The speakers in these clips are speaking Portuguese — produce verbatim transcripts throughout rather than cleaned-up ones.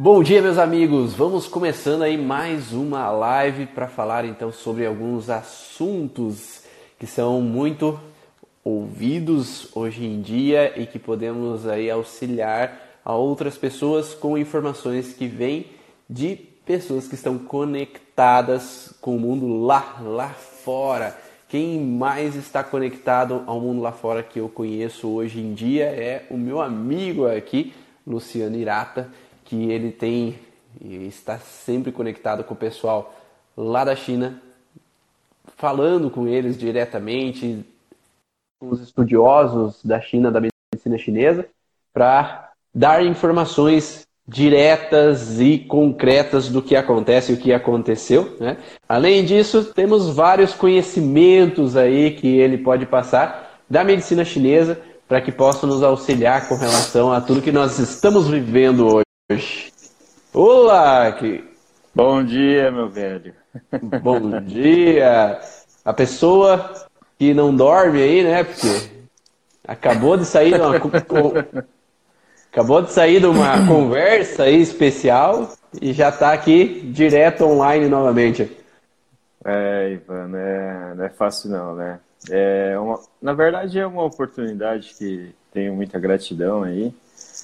Bom dia, meus amigos! Vamos começando aí mais uma live para falar então sobre alguns assuntos que são muito ouvidos hoje em dia e que podemos aí auxiliar a outras pessoas com informações que vêm de pessoas que estão conectadas com o mundo lá, lá fora. Quem mais está conectado ao mundo lá fora que eu conheço hoje em dia é o meu amigo aqui, Luciano Hirata, que ele tem e está sempre conectado com o pessoal lá da China, falando com eles diretamente, com os estudiosos da China, da medicina chinesa, para dar informações diretas e concretas do que acontece e o que aconteceu, né? Além disso, temos vários conhecimentos aí que ele pode passar da medicina chinesa para que possa nos auxiliar com relação a tudo que nós estamos vivendo hoje. Olá! Que... Bom dia, meu velho. Bom dia! A pessoa que não dorme aí, né? Porque acabou de sair de uma, acabou de sair de uma conversa aí especial e já está aqui direto online novamente. É, Ivan, não é, não é fácil não, né? É uma, na verdade é uma oportunidade que tenho muita gratidão aí.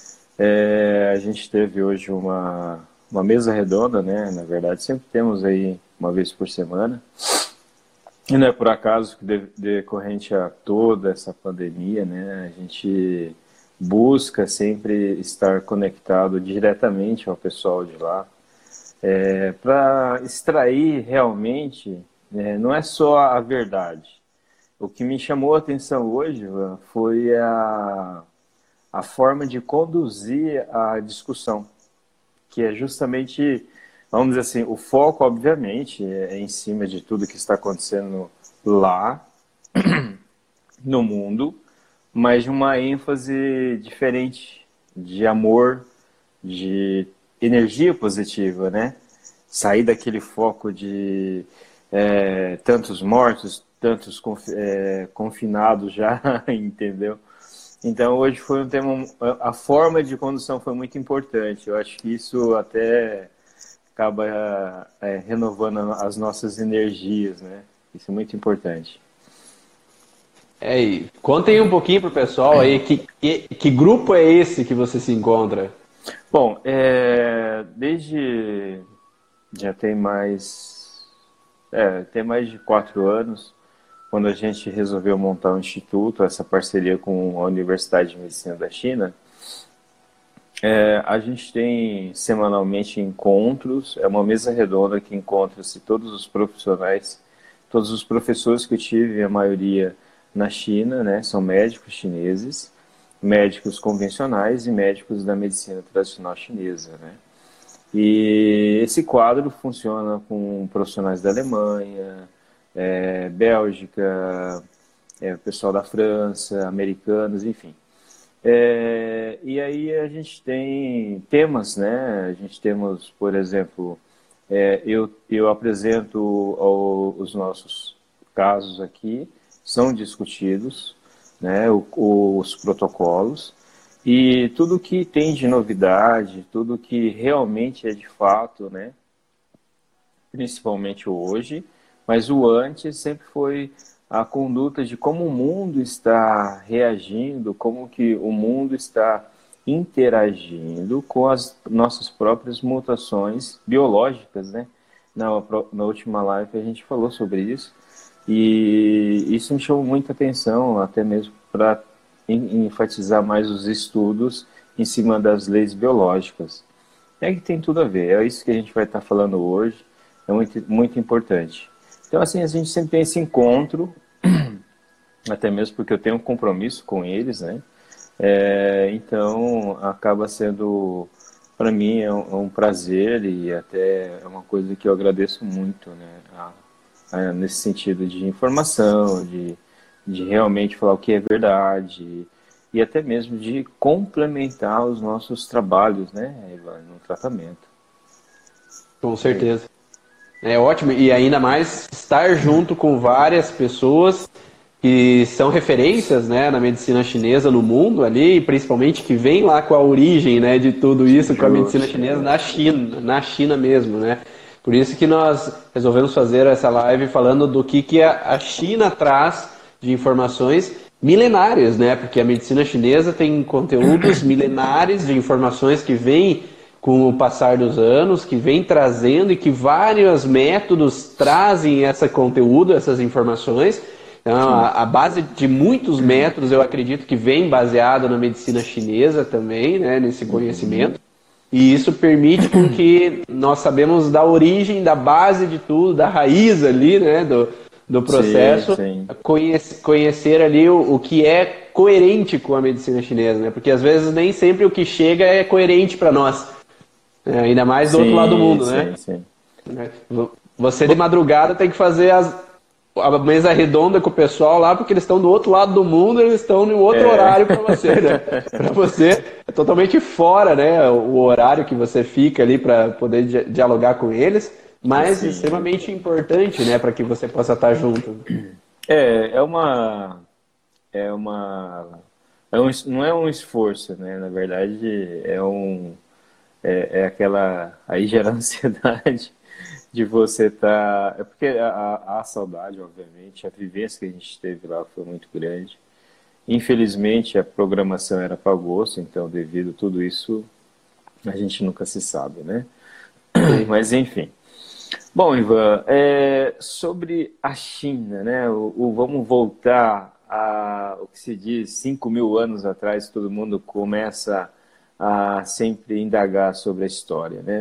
É, a gente teve hoje uma, uma mesa redonda, né? Na verdade, sempre temos aí uma vez por semana. E não é por acaso que de, decorrente a toda essa pandemia, né? A gente busca sempre estar conectado diretamente ao pessoal de lá. É, para extrair realmente, né, não é só a verdade. O que me chamou a atenção hoje, Ivan, foi a a forma de conduzir a discussão, que é justamente, vamos dizer assim, o foco, obviamente, é em cima de tudo que está acontecendo lá, no mundo, mas de uma ênfase diferente, de amor, de energia positiva, né? Sair daquele foco de é, tantos mortos, tantos conf, é, confinados já, entendeu? Então hoje foi um tema, a forma de condução foi muito importante. Eu acho que isso até acaba é, renovando as nossas energias, né? Isso é muito importante. É, e contem um pouquinho pro pessoal aí que, que, que grupo é esse que você se encontra? Bom, é, desde já tem mais, é, tem mais de quatro anos, quando a gente resolveu montar um instituto, essa parceria com a Universidade de Medicina da China, é, a gente tem semanalmente encontros, é uma mesa redonda que encontra-se todos os profissionais, todos os professores que eu tive, a maioria na China, né, são médicos chineses, médicos convencionais e médicos da medicina tradicional chinesa, né? E esse quadro funciona com profissionais da Alemanha, É, Bélgica, é, o pessoal da França, americanos, enfim. É, e aí a gente tem temas, né? A gente temos, por exemplo, é, eu, eu apresento ao, os nossos casos aqui, são discutidos, né? O, os protocolos e tudo que tem de novidade, tudo que realmente é de fato, né? Principalmente hoje, mas o antes sempre foi a conduta de como o mundo está reagindo, como que o mundo está interagindo com as nossas próprias mutações biológicas, né? Na, na última live a gente falou sobre isso e isso me chamou muita atenção, até mesmo para enfatizar mais os estudos em cima das leis biológicas. É que tem tudo a ver, é isso que a gente vai estar falando hoje, é muito, muito importante. Então, assim, a gente sempre tem esse encontro, até mesmo porque eu tenho um compromisso com eles, né? É, então, acaba sendo, para mim, é um, é um prazer e até é uma coisa que eu agradeço muito, né? A, a, nesse sentido de informação, de, de realmente falar o que é verdade e até mesmo de complementar os nossos trabalhos, né, Ivan, no tratamento. Com certeza. É ótimo, e ainda mais estar junto com várias pessoas que são referências, né, na medicina chinesa no mundo ali, principalmente que vem lá com a origem, né, de tudo isso com a medicina Justo. chinesa na China, na China mesmo, né? Por isso que nós resolvemos fazer essa live falando do que, que a China traz de informações milenárias, né? Porque a medicina chinesa tem conteúdos milenares de informações que vêm com o passar dos anos, que vem trazendo e que vários métodos trazem esse conteúdo, essas informações. Então, a, a base de muitos métodos, eu acredito que vem baseado na medicina chinesa também, né, nesse conhecimento. E isso permite com que nós sabemos da origem, da base de tudo, da raiz ali, né, do, do processo, sim, sim. Conhecer, conhecer ali o, o que é coerente com a medicina chinesa, né? Porque às vezes nem sempre o que chega é coerente para nós, né? Ainda mais do Sim, outro lado do mundo, sim, né? sim. Você de madrugada tem que fazer as, a mesa redonda com o pessoal lá, porque eles estão do outro lado do mundo, eles estão em outro É. horário para você, né? Para você é totalmente fora, né? O horário que você fica ali para poder di- dialogar com eles, mas Sim. extremamente importante, né? Para que você possa estar junto. É, é uma, é uma, é um, es- não é um esforço, né? Na verdade, é um, é, é aquela, aí gera ansiedade de você estar, é porque a, a, a saudade, obviamente, a vivência que a gente teve lá foi muito grande. Infelizmente, a programação era para agosto, então, devido a tudo isso, a gente nunca se sabe, né? Sim. Mas, enfim. Bom, Ivan, é, sobre a China, né? O, o- vamos voltar a o que se diz cinco mil anos atrás, todo mundo começa a sempre indagar sobre a história, né?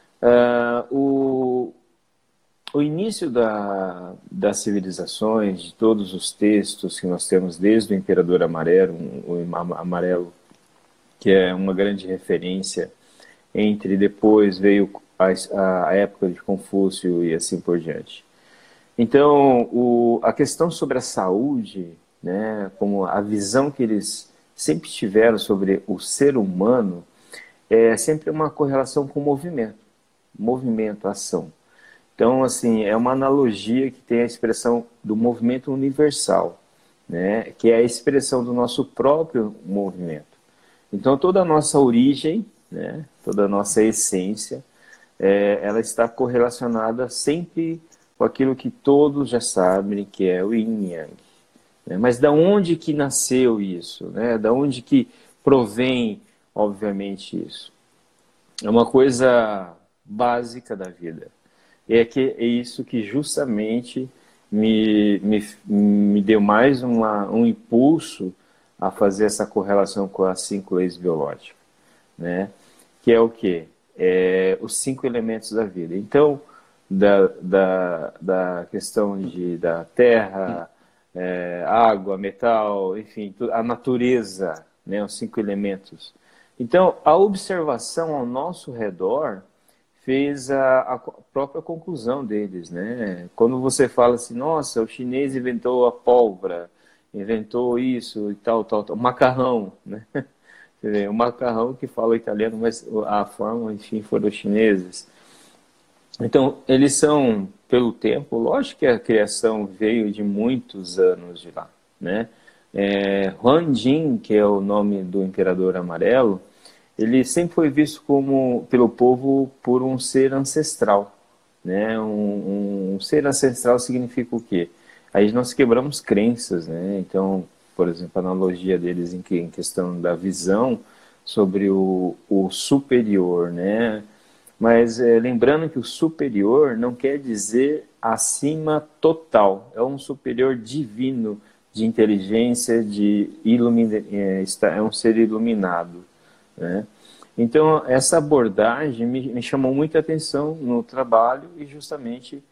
Ah, o, o início da, das civilizações, de todos os textos que nós temos, desde o Imperador Amarelo, o Ima- Amarelo, que é uma grande referência, entre depois veio a, a época de Confúcio e assim por diante. Então, o, a questão sobre a saúde, né, como a visão que eles sempre tiveram sobre o ser humano, é sempre uma correlação com o movimento, movimento, ação. Então, assim, é uma analogia que tem a expressão do movimento universal, né, que é a expressão do nosso próprio movimento. Então, toda a nossa origem, né, toda a nossa essência, é, ela está correlacionada sempre com aquilo que todos já sabem, que é o Yin e Yang. Né? Mas da onde que nasceu isso? Né? Da onde que provém, obviamente, isso? É uma coisa básica da vida. É, que, é isso que justamente me, me, me deu mais uma, um impulso a fazer essa correlação com as cinco leis biológicas, né? Que é o quê? É, os cinco elementos da vida. Então, da, da, da questão de, da terra, é, água, metal, enfim, a natureza, né? Os cinco elementos. Então, a observação ao nosso redor fez a, a própria conclusão deles, né? Quando você fala assim, nossa, o chinês inventou a pólvora, inventou isso e tal, tal, tal, macarrão, né? Você vê, o macarrão que fala italiano, mas a forma, enfim, foram os chineses. Então, eles são, pelo tempo, lógico que a criação veio de muitos anos de lá, né? É, Huan Jin, que é o nome do imperador amarelo, ele sempre foi visto como pelo povo por um ser ancestral, né? Um, um ser ancestral significa o quê? Aí nós quebramos crenças, né? Então, por exemplo, a analogia deles em, que, em questão da visão sobre o, o superior, né? Mas é, lembrando que o superior não quer dizer acima total, é um superior divino de inteligência, de ilumina, é, é um ser iluminado, né? Então, essa abordagem me, me chamou muita atenção no trabalho e justamente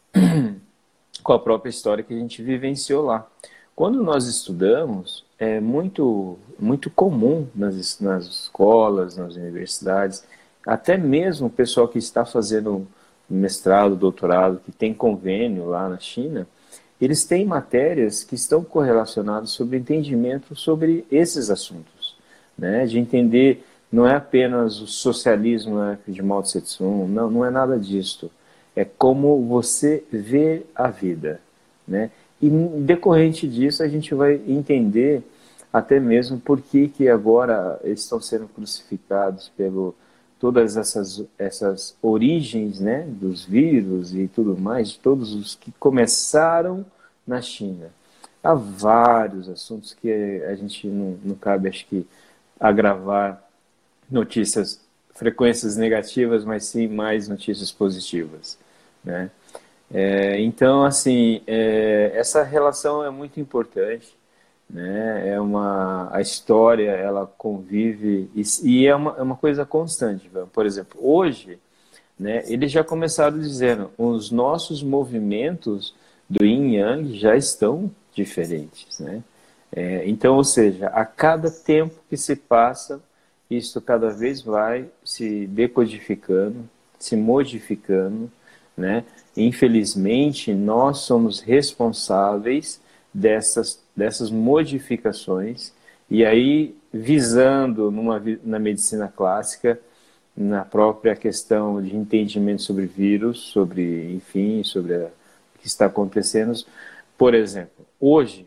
com a própria história que a gente vivenciou lá. Quando nós estudamos, é muito, muito comum nas, nas escolas, nas universidades, até mesmo o pessoal que está fazendo mestrado, doutorado, que tem convênio lá na China, eles têm matérias que estão correlacionadas sobre entendimento sobre esses assuntos, né? De entender, não é apenas o socialismo, né, de Mao Tse Tung, não, não é nada disso. É como você vê a vida, né? e decorrente disso a gente vai entender até mesmo por que, que agora eles estão sendo crucificados pelo todas essas, essas origens, né, dos vírus e tudo mais, de todos os que começaram na China. Há vários assuntos que a gente não, não cabe, acho que, agravar notícias, frequências negativas, mas sim mais notícias positivas, né? É, então, assim, é, essa relação é muito importante, né? É uma, a história, ela convive, e, e é, uma, é uma coisa constante. Por exemplo, hoje, né, eles já começaram dizendo, os nossos movimentos do Yin Yang já estão diferentes, né? É, então, ou seja, a cada tempo que se passa, isso cada vez vai se decodificando, se modificando, né? Infelizmente, nós somos responsáveis dessas, dessas modificações, e aí visando numa, na medicina clássica, na própria questão de entendimento sobre vírus, sobre, enfim, sobre a, o que está acontecendo. Por exemplo, hoje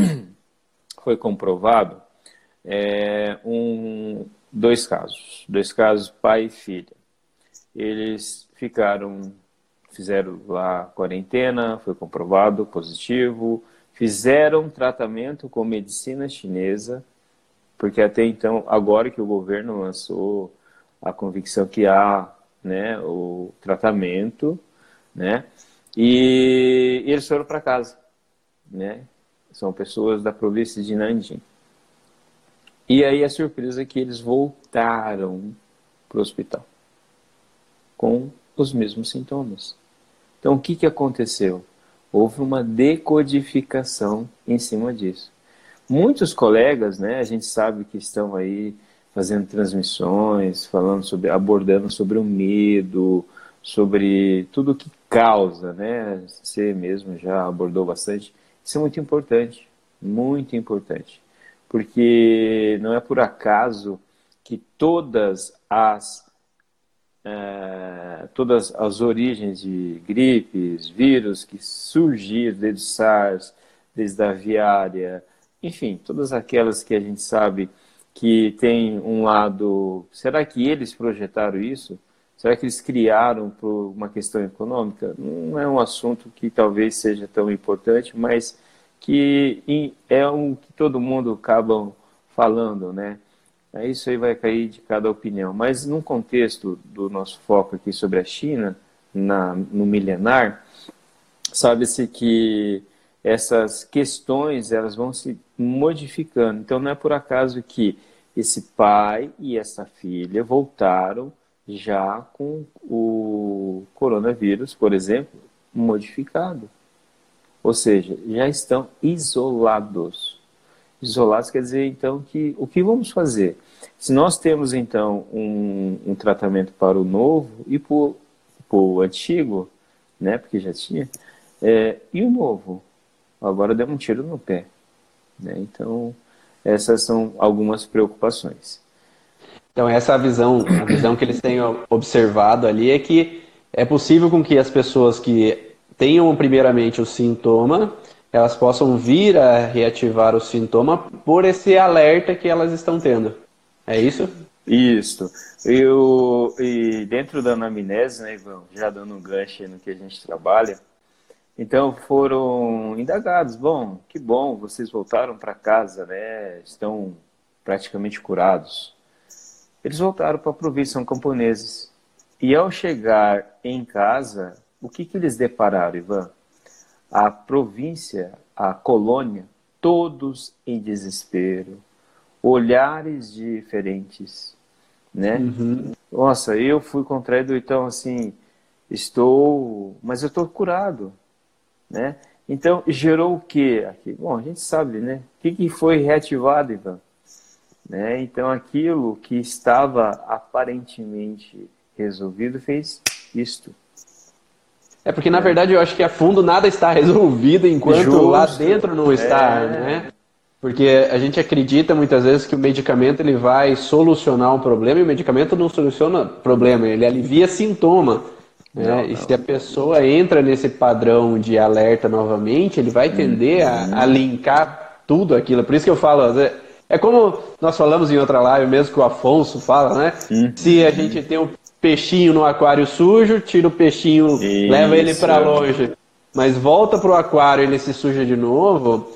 foi comprovado é, um, dois casos, dois casos, pai e filha. Eles ficaram, fizeram lá quarentena, foi comprovado positivo, fizeram tratamento com medicina chinesa, porque até então, agora que o governo lançou a convicção que há, né, o tratamento, né, e, e eles foram para casa, né, são pessoas da província de Nanjing. E aí a surpresa é que eles voltaram para o hospital com os mesmos sintomas. Então, o que, que aconteceu? Houve uma decodificação em cima disso. Muitos colegas, né, a gente sabe que estão aí fazendo transmissões, falando sobre, abordando sobre o medo, sobre tudo o que causa, né? Você mesmo já abordou bastante. Isso é muito importante, muito importante. Porque não é por acaso que todas as É, todas as origens de gripes, vírus que surgiram desde o SARS, desde a aviária, enfim, todas aquelas que a gente sabe que tem um lado... Será que eles projetaram isso? Será que eles criaram por uma questão econômica? Não é um assunto que talvez seja tão importante, mas que é um que todo mundo acaba falando, né? Isso aí vai cair de cada opinião. Mas num contexto do nosso foco aqui sobre a China, na, no milenar, sabe-se que essas questões elas vão se modificando. Então não é por acaso que esse pai e essa filha voltaram já com o coronavírus, por exemplo, modificado. Ou seja, já estão isolados. Isolados quer dizer, então, que o que vamos fazer? Se nós temos, então, um, um tratamento para o novo e para o antigo, né, porque já tinha, é, e o novo? Agora deu um tiro no pé. Né? Então, essas são algumas preocupações. Então, essa visão, a visão que eles têm observado ali é que é possível com que as pessoas que tenham primeiramente o sintoma, elas possam vir a reativar o sintoma por esse alerta que elas estão tendo. É isso? Isso. Eu, e dentro da anamnese, né, Ivan, já dando um gancho no que a gente trabalha, então foram indagados. Bom, que bom, vocês voltaram para casa, né? Estão praticamente curados. Eles voltaram para a província, são camponeses. E ao chegar em casa, o que, que eles depararam, Ivan? A província, a colônia, todos em desespero, olhares diferentes, né? Uhum. Nossa, eu fui contraído, então assim, estou, mas eu estou curado, né? Então, gerou o quê aqui? Bom, a gente sabe, né? O que, que foi reativado, Ivan? Né? Então, aquilo que estava aparentemente resolvido fez isto. É porque, na verdade, eu acho que a fundo nada está resolvido enquanto Justo. Lá dentro não está, é... né? Porque a gente acredita muitas vezes que o medicamento ele vai solucionar um problema e o medicamento não soluciona problema, ele alivia sintoma. né? Não, E não. se a pessoa entra nesse padrão de alerta novamente, ele vai tender a, a linkar tudo aquilo. Por isso que eu falo, né, é como nós falamos em outra live, mesmo que o Afonso fala, né? Se a Uhum. gente tem um peixinho no aquário sujo, tira o peixinho, leva ele Isso. para longe, mas volta pro aquário e ele se suja de novo,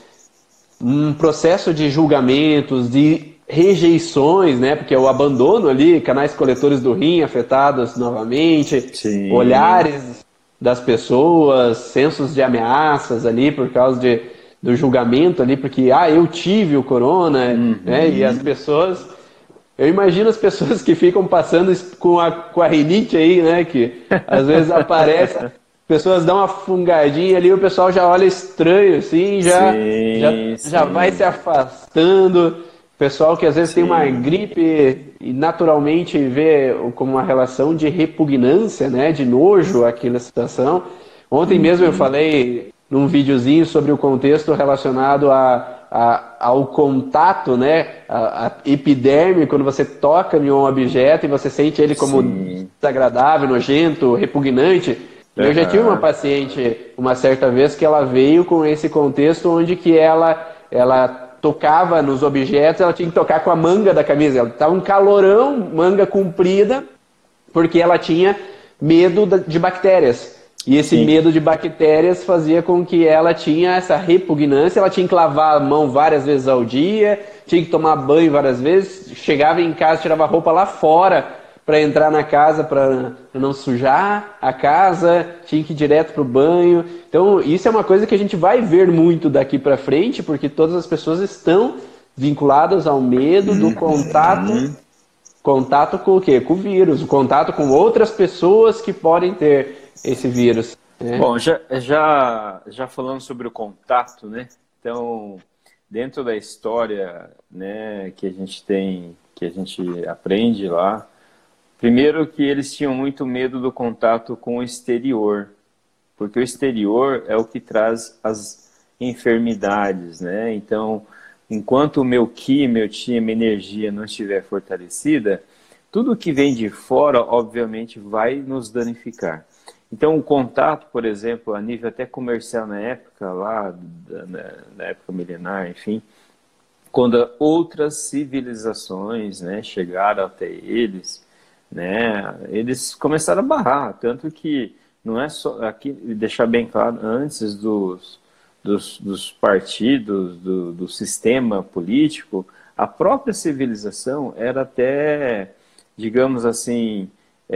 um processo de julgamentos, de rejeições, né? Porque é o abandono ali, canais coletores do rim afetados novamente, Sim. olhares das pessoas, sensos de ameaças ali por causa de, do julgamento ali, porque ah, eu tive o corona, né? E as Uhum. pessoas, eu imagino as pessoas que ficam passando com a, com a rinite aí, né? Que às vezes aparece, pessoas dão uma fungadinha ali, o pessoal já olha estranho, assim, já, já, Sim, já vai se sim, afastando. Pessoal que às vezes tem uma sim. gripe e naturalmente vê como uma relação de repugnância, né, de nojo aquela situação. Ontem mesmo eu Uhum. falei num videozinho sobre o contexto relacionado a, a, ao contato, né, a, a epiderme, quando você toca em um objeto e você sente ele como Sim. desagradável, nojento, repugnante. Eu já tive uma Aham. paciente uma certa vez que ela veio com esse contexto onde que ela, ela tocava nos objetos, ela tinha que tocar com a manga da camisa. Ela estava um calorão, manga comprida, porque ela tinha medo de bactérias. E esse Sim. medo de bactérias fazia com que ela tinha essa repugnância, ela tinha que lavar a mão várias vezes ao dia, tinha que tomar banho várias vezes, chegava em casa, tirava a roupa lá fora para entrar na casa, para não sujar a casa, tinha que ir direto para o banho. Então, isso é uma coisa que a gente vai ver muito daqui para frente, porque todas as pessoas estão vinculadas ao medo do contato, Uhum. contato com o quê? Com o vírus, o contato com outras pessoas que podem ter esse vírus, né? Bom, já, já, já falando sobre o contato, né? Então, dentro da história, né, que a gente tem, que a gente aprende lá, primeiro que eles tinham muito medo do contato com o exterior, porque o exterior é o que traz as enfermidades, né? Então, enquanto o meu ki, meu chi, minha energia não estiver fortalecida, tudo que vem de fora, obviamente, vai nos danificar. Então, o contato, por exemplo, a nível até comercial na época, lá, na época milenar, enfim, quando outras civilizações, né, chegaram até eles, né, eles começaram a barrar, tanto que não é só, aqui, deixar bem claro, antes dos, dos, dos partidos, do, do sistema político, a própria civilização era até, digamos assim,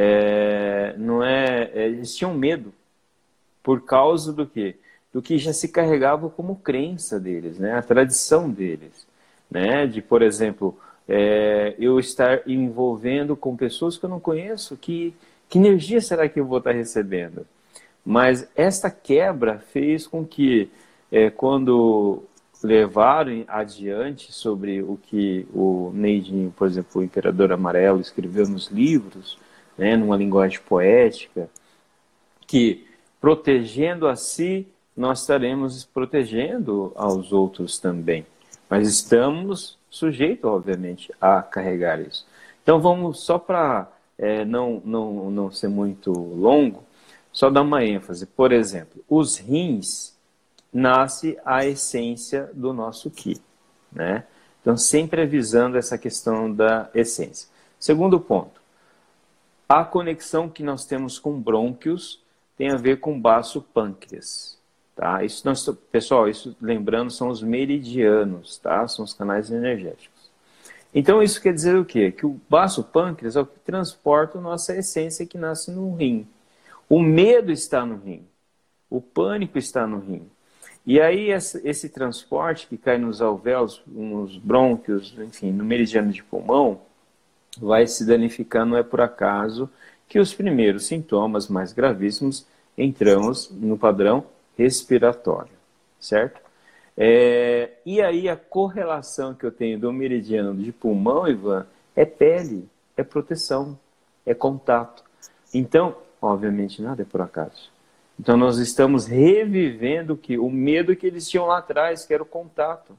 é, não é, é, eles tinham medo, por causa do quê? Do que já se carregava como crença deles, né? A tradição deles, né? De, por exemplo, é, eu estar envolvendo com pessoas que eu não conheço, que, que energia será que eu vou estar recebendo? Mas esta quebra fez com que, é, quando levaram adiante sobre o que o Neidinho, por exemplo, o Imperador Amarelo, escreveu nos livros, né, numa linguagem poética, que protegendo a si, nós estaremos protegendo aos outros também. Mas estamos sujeitos, obviamente, a carregar isso. Então vamos, só para é, não, não, não ser muito longo, só dar uma ênfase. Por exemplo, os rins nasce a essência do nosso Ki, né? Então sempre avisando essa questão da essência. Segundo ponto, a conexão que nós temos com brônquios tem a ver com baço pâncreas, tá? Isso nós, pessoal, isso lembrando são os meridianos, tá? São os canais energéticos. Então isso quer dizer o quê? Que o baço pâncreas é o que transporta a nossa essência que nasce no rim. O medo está no rim, o pânico está no rim. E aí esse, esse transporte que cai nos alvéolos, nos brônquios, enfim, no meridiano de pulmão, vai se danificar, não é por acaso que os primeiros sintomas mais gravíssimos entramos no padrão respiratório, certo? É, e aí a correlação que eu tenho do meridiano de pulmão, Ivan, é pele, é proteção, é contato. Então, obviamente, nada é por acaso. Então nós estamos revivendo que o medo que eles tinham lá atrás, que era o contato,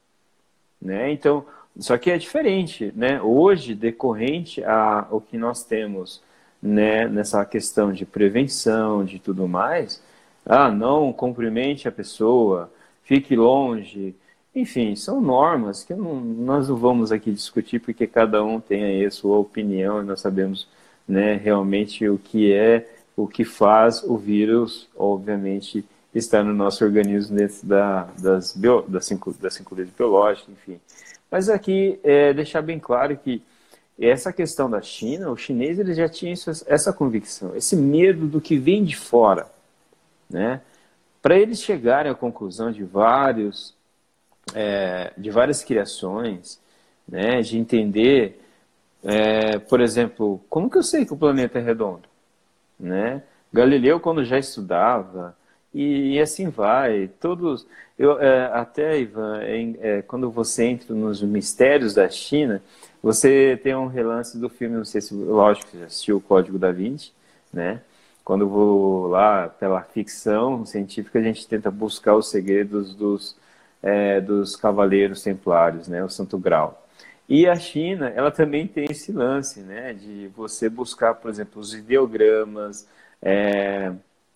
né? Então, só que é diferente, né? Hoje, decorrente a o que nós temos né, nessa questão de prevenção, de tudo mais. Ah, não cumprimente a pessoa, fique longe. Enfim, são normas que não, nós não vamos aqui discutir, porque cada um tem aí a sua opinião e nós sabemos, né, realmente o que é, o que faz o vírus, obviamente, estar no nosso organismo dentro da, das, bio, das, cinco, das cinco leis biológicas, enfim. Mas aqui, é, deixar bem claro que essa questão da China, o chinês ele já tinha essa, essa convicção, esse medo do que vem de fora, né? Para eles chegarem à conclusão de vários É, de várias criações, né, de entender, é, por exemplo, como que eu sei que o planeta é redondo? Né? Galileu, quando já estudava, e, e assim vai, todos, eu, é, até, Ivan, é, é, quando você entra nos mistérios da China, você tem um relance do filme, não sei se, lógico, você já assistiu o Código da Vinci, né? Quando eu vou lá pela ficção científica, a gente tenta buscar os segredos dos É, dos cavaleiros templários, né, o Santo Grau. E a China, ela também tem esse lance, né, de você buscar, por exemplo, os ideogramas, é,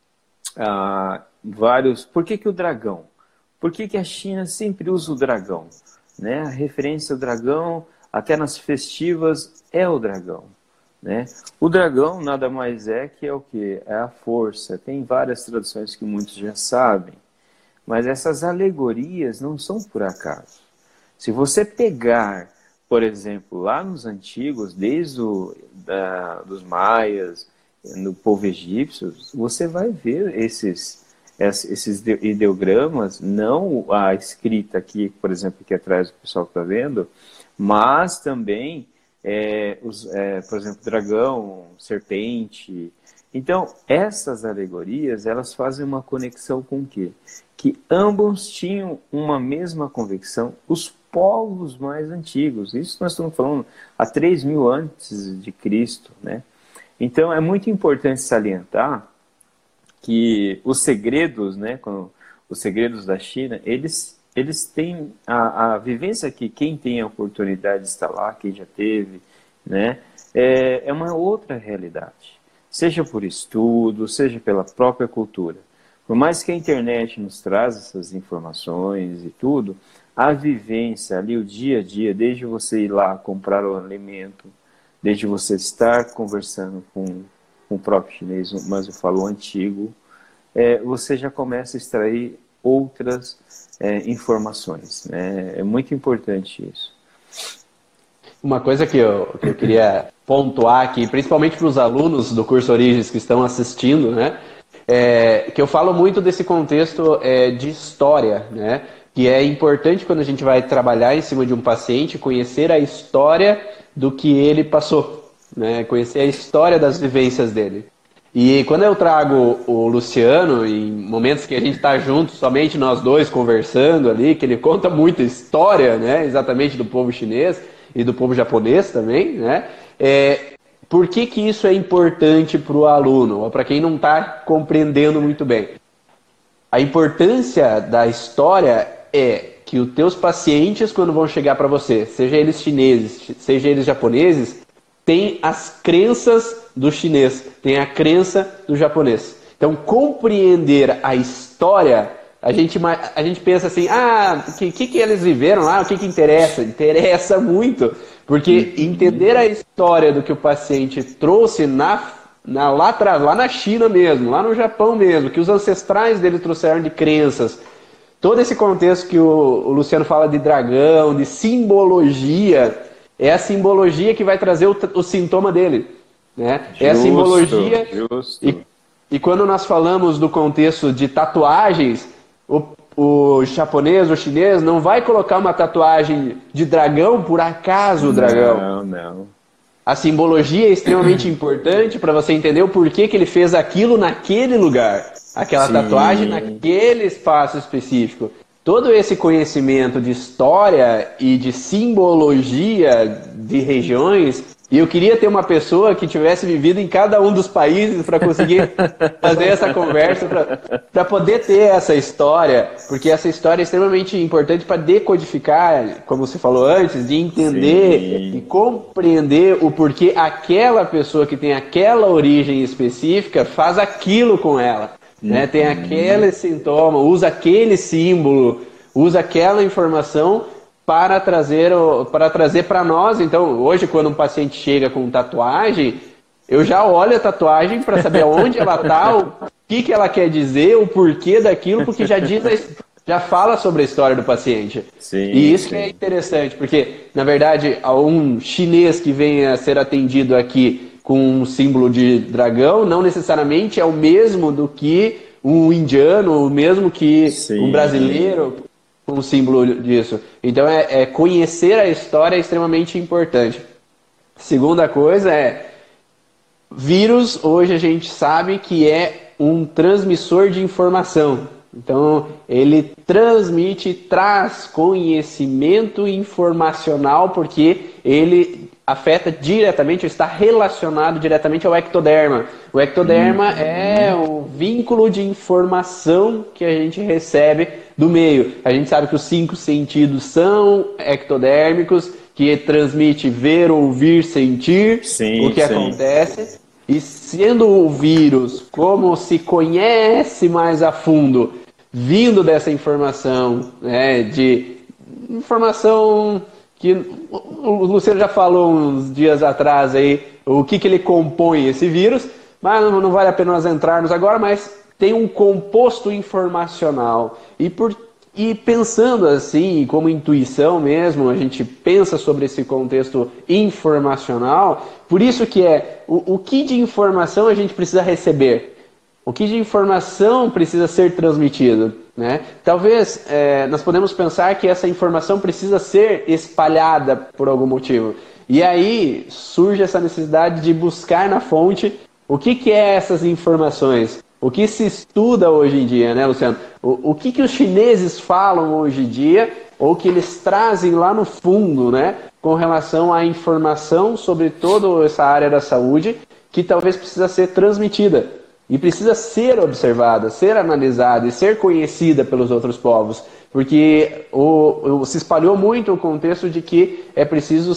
ah, vários... Por que que o dragão? Por que que a China sempre usa o dragão? Né? A referência ao dragão, até nas festivas, é o dragão. Né? O dragão nada mais é que é o quê? É a força. Tem várias traduções que muitos já sabem. Mas essas alegorias não são por acaso. Se você pegar, por exemplo, lá nos antigos, desde o, da, dos maias, no povo egípcio, você vai ver esses, esses ideogramas, não a escrita aqui, por exemplo, aqui atrás do pessoal que está vendo, mas também, é, os, é, por exemplo, dragão, serpente. Então, essas alegorias, elas fazem uma conexão com o quê? Que ambos tinham uma mesma convicção, os povos mais antigos. Isso nós estamos falando há três mil antes de Cristo, né? Então, é muito importante salientar que os segredos, né, os segredos da China, eles, eles têm a, a vivência que quem tem a oportunidade de estar lá, quem já teve, né, é, é uma outra realidade. Seja por estudo, seja pela própria cultura. Por mais que a internet nos traz essas informações e tudo, a vivência ali, o dia a dia, desde você ir lá comprar o alimento, desde você estar conversando com, com o próprio chinês, mas eu falo antigo, é, você já começa a extrair outras é, informações. Né? É muito importante isso. Uma coisa que eu, que eu queria pontuar aqui, principalmente para os alunos do curso Origens que estão assistindo, né? É, que eu falo muito desse contexto é, de história, né? Que é importante quando a gente vai trabalhar em cima de um paciente, conhecer a história do que ele passou, né? Conhecer a história das vivências dele. E quando eu trago o Luciano, em momentos que a gente está junto, somente nós dois conversando ali, que ele conta muita história, né? Exatamente do povo chinês e do povo japonês também, né? É, por que que isso é importante para o aluno, ou para quem não está compreendendo muito bem? A importância da história é que os teus pacientes, quando vão chegar para você, seja eles chineses, seja eles japoneses, têm as crenças do chinês, têm a crença do japonês. Então, compreender a história, a gente, a gente pensa assim, ah, o que, que, que eles viveram lá, o que, que interessa? Interessa muito, porque entender a história do que o paciente trouxe na, na, lá atrás, lá na China mesmo, lá no Japão mesmo, que os ancestrais dele trouxeram de crenças, todo esse contexto que o, o Luciano fala de dragão, de simbologia, é a simbologia que vai trazer o, o sintoma dele. Né? Justo, é a simbologia. Justo. E, e quando nós falamos do contexto de tatuagens, o, o japonês, o chinês, não vai colocar uma tatuagem de dragão por acaso o dragão. Não, não. A simbologia é extremamente importante para você entender o porquê que ele fez aquilo naquele lugar. Aquela Sim. tatuagem naquele espaço específico. Todo esse conhecimento de história e de simbologia de regiões E eu queria ter uma pessoa que tivesse vivido em cada um dos países para conseguir fazer essa conversa, para poder ter essa história, porque essa história é extremamente importante para decodificar, como você falou antes, de entender Sim. e compreender o porquê aquela pessoa que tem aquela origem específica faz aquilo com ela. Né? Tem aquele sintoma, usa aquele símbolo, usa aquela informação para trazer para trazer para nós. Então, hoje, quando um paciente chega com tatuagem, eu já olho a tatuagem para saber onde ela está, o que, que ela quer dizer, o porquê daquilo, porque já diz, já fala sobre a história do paciente. Sim, e isso sim. que é interessante, porque, na verdade, um chinês que venha a ser atendido aqui com um símbolo de dragão, não necessariamente é o mesmo do que um indiano, o mesmo que sim. um brasileiro, um símbolo disso. Então, é, é conhecer a história é extremamente importante. Segunda coisa é, vírus, hoje a gente sabe que é um transmissor de informação. Então, ele transmite, traz conhecimento informacional, porque ele afeta diretamente, ou está relacionado diretamente ao ectoderma. O ectoderma uhum. é o vínculo de informação que a gente recebe do meio. A gente sabe que os cinco sentidos são ectodérmicos, que transmite ver, ouvir, sentir sim, o que sim. acontece. E sendo o vírus, como se conhece mais a fundo, vindo dessa informação, né, de informação que o Luciano já falou uns dias atrás aí, o que, que ele compõe esse vírus, mas não, não vale a pena nós entrarmos agora, mas tem um composto informacional. E, por, e pensando assim, como intuição mesmo, a gente pensa sobre esse contexto informacional, por isso que é, o, o que de informação a gente precisa receber? O que de informação precisa ser transmitido? Né? Talvez é, nós podemos pensar que essa informação precisa ser espalhada por algum motivo. E aí surge essa necessidade de buscar na fonte o que, que é essas informações. O que se estuda hoje em dia, né, Luciano? O, o que, que os chineses falam hoje em dia, ou que eles trazem lá no fundo, né, com relação à informação sobre toda essa área da saúde, que talvez precisa ser transmitida. E precisa ser observada, ser analisada e ser conhecida pelos outros povos. Porque o, o, se espalhou muito o contexto de que é preciso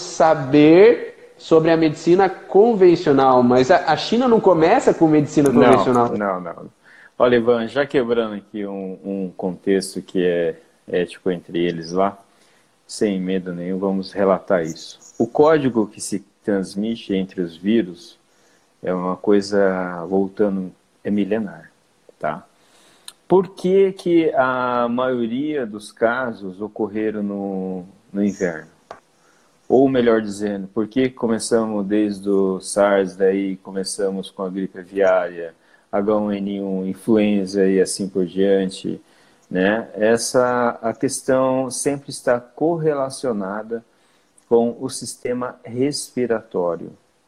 saber sobre a medicina convencional. Mas a, a China não começa com medicina convencional. Não, não, não. Olha, Ivan, já quebrando aqui um, um contexto que é ético entre eles lá, sem medo nenhum, vamos relatar isso. O código que se transmite entre os vírus é uma coisa, voltando, é milenar, tá? Por que que a maioria dos casos ocorreram no, no inverno? Ou melhor dizendo, por que começamos desde o SARS, daí começamos com a gripe aviária, H um N um, influenza e assim por diante, né? Essa, a questão sempre está correlacionada com o sistema respiratório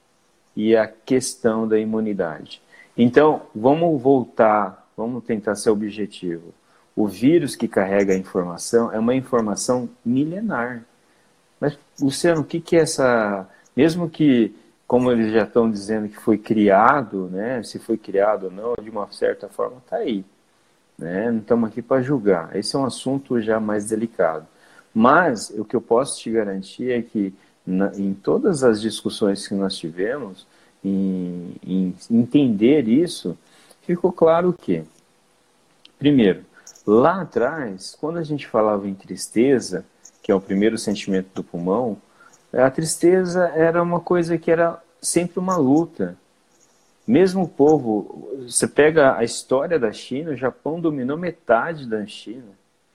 e a questão da imunidade. Então, vamos voltar, vamos tentar ser objetivo. O vírus que carrega a informação é uma informação milenar. Mas, Luciano, o que que é essa... Mesmo que, como eles já estão dizendo que foi criado, né? Se foi criado ou não, de uma certa forma, está aí. Né? Não estamos aqui para julgar. Esse é um assunto já mais delicado. Mas, o que eu posso te garantir é que, na, em todas as discussões que nós tivemos, Em, em entender isso, ficou claro que, primeiro, lá atrás, quando a gente falava em tristeza, que é o primeiro sentimento do pulmão, a tristeza era uma coisa que era sempre uma luta. Mesmo o povo, você pega a história da China, o Japão dominou metade da China,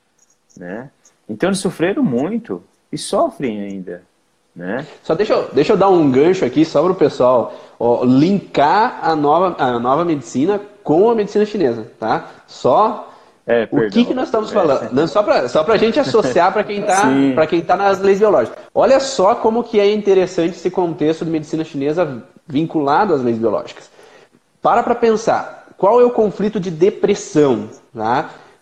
né? Então eles sofreram muito e sofrem ainda. Né? Só deixa eu, deixa eu dar um gancho aqui só para o pessoal ó, linkar a nova, a nova medicina com a medicina chinesa, tá? Só é, o que, que nós estamos falando, é. Só para só a gente associar para quem está para quem tá nas leis biológicas. Olha só como que é interessante esse contexto de medicina chinesa vinculado às leis biológicas. Para para pensar, qual é o conflito de depressão, tá?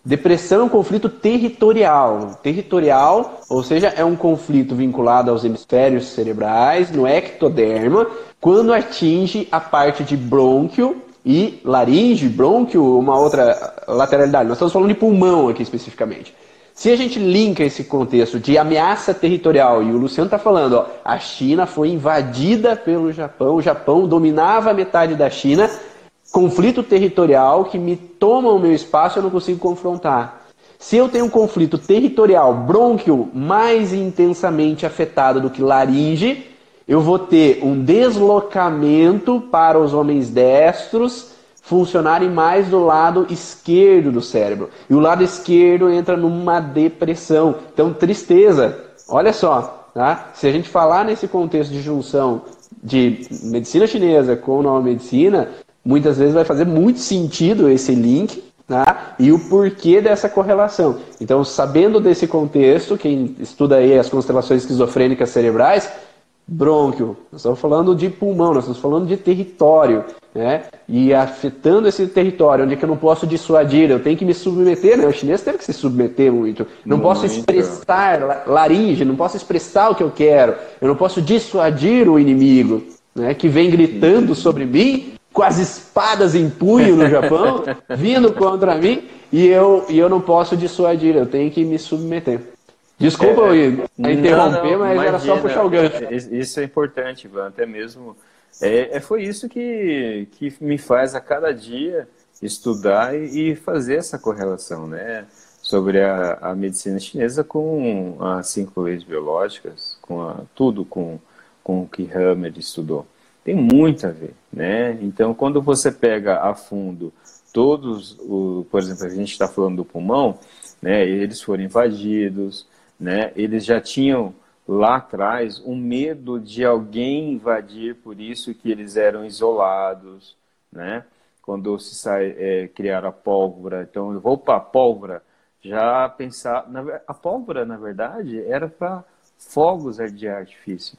Depressão é um conflito territorial. Territorial, ou seja, é um conflito vinculado aos hemisférios cerebrais, no ectoderma, quando atinge a parte de brônquio e laringe, brônquio, uma outra lateralidade. Nós estamos falando de pulmão aqui especificamente. Se a gente linka esse contexto de ameaça territorial, e o Luciano está falando, ó, a China foi invadida pelo Japão, o Japão dominava metade da China, conflito territorial que me toma o meu espaço e eu não consigo confrontar. Se eu tenho um conflito territorial brônquio mais intensamente afetado do que laringe, eu vou ter um deslocamento para os homens destros funcionarem mais do lado esquerdo do cérebro. E o lado esquerdo entra numa depressão. Então, tristeza. Olha só, tá? Se a gente falar nesse contexto de junção de medicina chinesa com nova medicina, muitas vezes vai fazer muito sentido esse link, tá? E o porquê dessa correlação. Então, sabendo desse contexto, quem estuda aí as constelações esquizofrênicas cerebrais, brônquio, nós estamos falando de pulmão, nós estamos falando de território, né? E afetando esse território, onde é que eu não posso dissuadir, eu tenho que me submeter, né? O chinês teve que se submeter muito. Não muito. Posso expressar laringe, não posso expressar o que eu quero, eu não posso dissuadir o inimigo, né? Que vem gritando sobre mim, com as espadas em punho no Japão, vindo contra mim, e eu, e eu não posso dissuadir, eu tenho que me submeter. Desculpa é, eu interromper, não, não, mas imagina, era só puxar o gancho. Isso é importante, Ivan, até mesmo. É, é, foi isso que, que me faz a cada dia estudar e, e fazer essa correlação, né? Sobre a, a medicina chinesa com as cinco leis biológicas, com a, tudo com, com o que Hammer estudou. Tem muito a ver, né? Então, quando você pega a fundo todos, o, por exemplo, a gente está falando do pulmão, né? Eles foram invadidos, né? Eles já tinham lá atrás um medo de alguém invadir, por isso que eles eram isolados, né? Quando se sai, é, criaram a pólvora, então eu vou para a pólvora, já pensar, na, a pólvora na verdade era para fogos de artifício.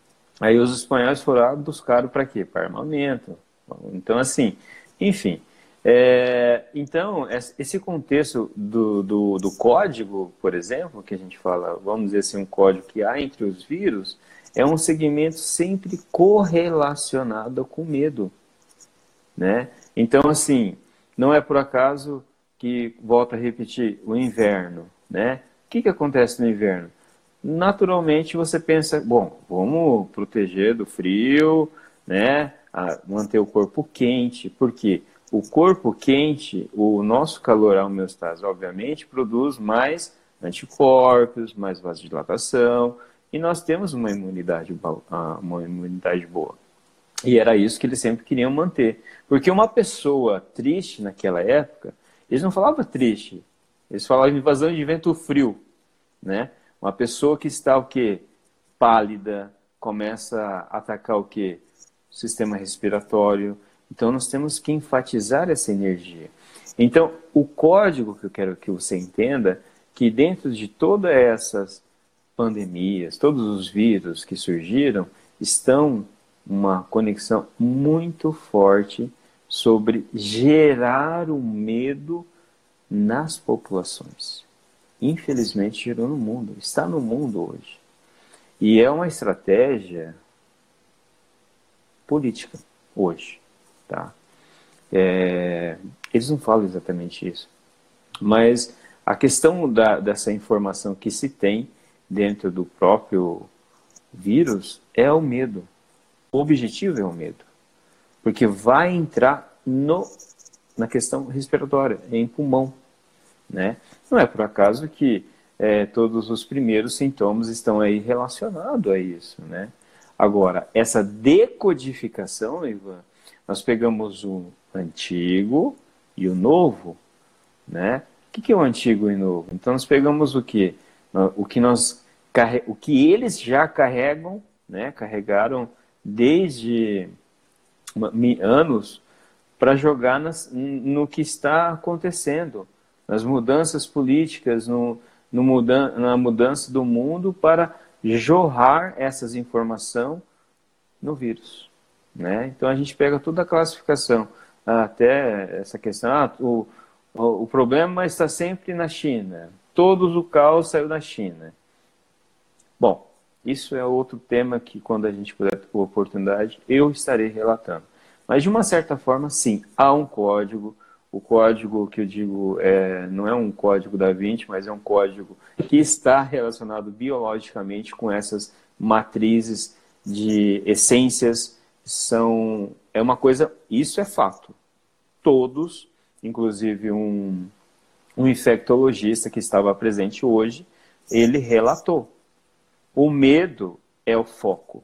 Aí os espanhóis foram buscar para quê? Para armamento. Então assim, enfim. É, então, esse contexto do, do, do código, por exemplo, que a gente fala, vamos dizer assim, um código que há entre os vírus, é um segmento sempre correlacionado com medo, né? Então, assim, não é por acaso que, volto a repetir, o inverno, né? O que, que acontece no inverno? Naturalmente você pensa, bom, vamos proteger do frio, né? A manter o corpo quente, por quê? O corpo quente, o nosso calor à homeostase, obviamente, produz mais anticorpos, mais vasodilatação, e nós temos uma imunidade, uma imunidade boa. E era isso que eles sempre queriam manter. Porque uma pessoa triste naquela época, eles não falavam triste, eles falavam invasão de vento frio, né? Uma pessoa que está o quê? Pálida, começa a atacar o quê? O sistema respiratório. Então, nós temos que enfatizar essa energia. Então, o código que eu quero que você entenda, que dentro de todas essas pandemias, todos os vírus que surgiram, estão uma conexão muito forte sobre gerar o medo nas populações. Infelizmente, gerou no mundo, está no mundo hoje. E é uma estratégia política hoje. Tá? É, eles não falam exatamente isso, mas a questão da, dessa informação que se tem dentro do próprio vírus é o medo. O objetivo é o medo, porque vai entrar no, na questão respiratória, em pulmão, né? Não é por acaso que é, todos os primeiros sintomas estão aí relacionados a isso, né? Agora, essa decodificação, Ivan, nós pegamos o antigo e o novo, né? O que é o antigo e o novo? Então nós pegamos o que? O que nós o que eles já carregam, né? Carregaram desde anos para jogar nas, no que está acontecendo, nas mudanças políticas, no, no mudan na mudança do mundo para jorrar essas informações no vírus. Né? Então a gente pega toda a classificação, até essa questão, ah, o, o, o problema está sempre na China. Todos o caos saiu da China. Bom, isso é outro tema que, quando a gente puder ter oportunidade, eu estarei relatando. Mas, de uma certa forma, sim, há um código. O código que eu digo é, não é um código da Vinci, mas é um código que está relacionado biologicamente com essas matrizes de essências. São, é uma coisa, isso é fato. Todos, inclusive um, um infectologista que estava presente hoje, ele relatou. O medo é o foco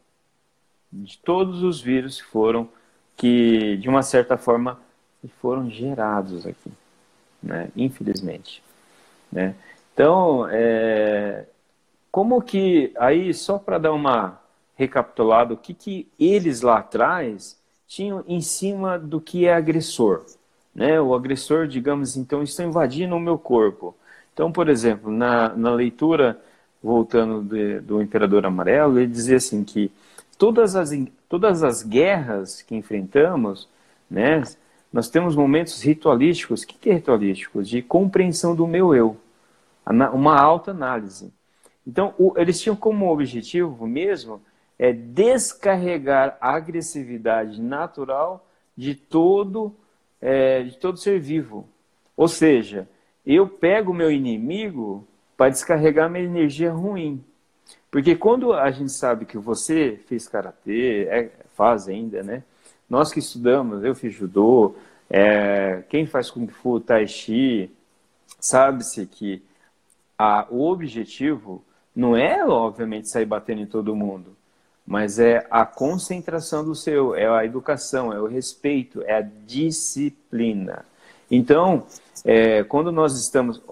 de todos os vírus que foram, que de uma certa forma foram gerados aqui, né? Infelizmente, né? Então, é, como que, aí só para dar uma recapitulada, o que, que eles lá atrás tinham em cima do que é agressor, né? O agressor, digamos, então, está invadindo o meu corpo. Então, por exemplo, na, na leitura, voltando de, do Imperador Amarelo, ele dizia assim que todas as, todas as guerras que enfrentamos, né, nós temos momentos ritualísticos. O que é ritualísticos? De compreensão do meu eu, uma autoanálise. Então, o, eles tinham como objetivo mesmo é descarregar a agressividade natural de todo, é, de todo ser vivo. Ou seja, eu pego o meu inimigo para descarregar minha energia ruim. Porque quando a gente sabe que você fez karatê, é, faz ainda, né? Nós que estudamos, eu fiz judô, é, quem faz kung fu, tai chi, sabe-se que a, o objetivo não é, obviamente, sair batendo em todo mundo, mas é a concentração do seu, é a educação, é o respeito, é a disciplina. Então, é, quando nós estamos...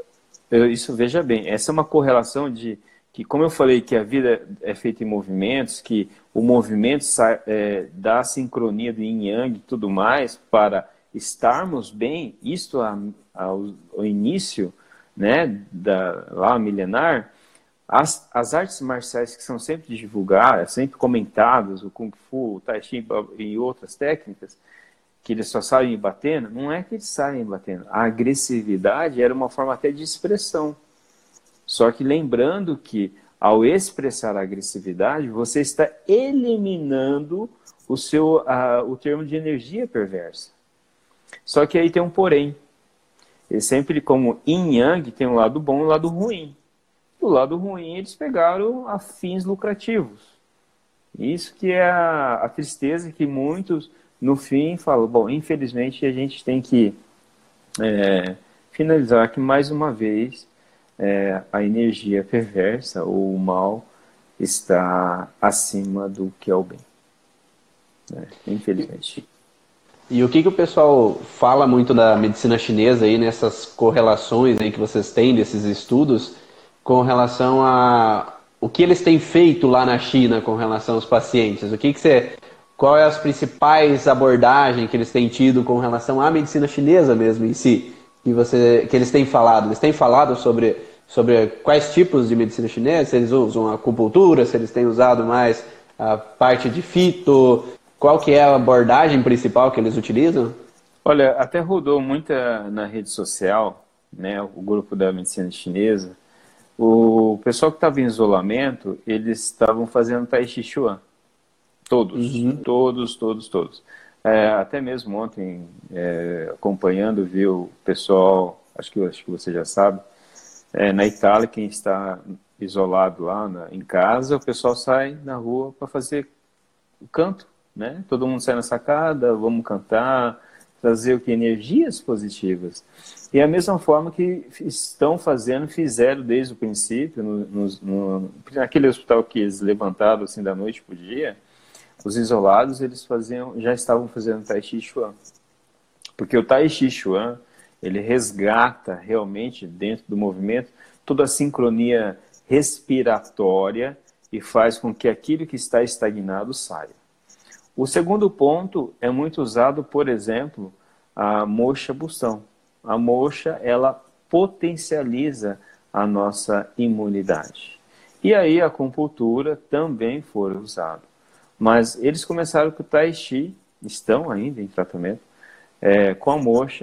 Isso, veja bem, essa é uma correlação de que, como eu falei, que a vida é feita em movimentos, que o movimento é, dá a sincronia do yin yang e tudo mais para estarmos bem, isto ao, ao início, né, da, lá milenar, as, as artes marciais que são sempre divulgadas, sempre comentadas, o Kung Fu, o Tai Chi e outras técnicas, que eles só saem batendo, não é que eles saem batendo. A agressividade era uma forma até de expressão. Só que lembrando que, ao expressar a agressividade, você está eliminando o, seu, uh, o termo de energia perversa. Só que aí tem um porém. Ele sempre, como yin yang, tem um lado bom e um lado ruim. Do lado ruim, eles pegaram a fins lucrativos. Isso que é a, a tristeza que muitos, no fim, falam. Bom, infelizmente, a gente tem que é, finalizar que, mais uma vez, É, a energia perversa ou o mal está acima do que é o bem, né? Infelizmente. E, e o que, que o pessoal fala muito da medicina chinesa aí, nessas correlações aí que vocês têm desses estudos, com relação a o que eles têm feito lá na China com relação aos pacientes? O que, que você, qual é as principais abordagens que eles têm tido com relação à medicina chinesa mesmo em si, que, você, que eles têm falado? Eles têm falado sobre, sobre quais tipos de medicina chinesa, se eles usam a acupuntura, se eles têm usado mais a parte de fito, qual que é a abordagem principal que eles utilizam? Olha, até rodou muita na rede social, né, o grupo da medicina chinesa. O pessoal que estava em isolamento, eles estavam fazendo Tai Chi Chuan. Todos, uhum. todos, todos, todos. É, até mesmo ontem, é, acompanhando, viu o pessoal, acho que, acho que você já sabe, é, na Itália, quem está isolado lá na, em casa, o pessoal sai na rua para fazer o canto, né? Todo mundo sai na sacada, vamos cantar, trazer o que? Energias positivas. E a mesma forma que estão fazendo, fizeram desde o princípio, no, no, no, naquele hospital que eles levantaram assim da noite para o dia, os isolados, eles faziam, já estavam fazendo Tai Chi Chuan. Porque o Tai Chi Chuan, ele resgata realmente dentro do movimento toda a sincronia respiratória e faz com que aquilo que está estagnado saia. O segundo ponto é muito usado, por exemplo, a moxa bustão. A moxa, ela potencializa a nossa imunidade. E aí a acupuntura também foi usada. Mas eles começaram com o Tai Chi, estão ainda em tratamento, é, com a moxa,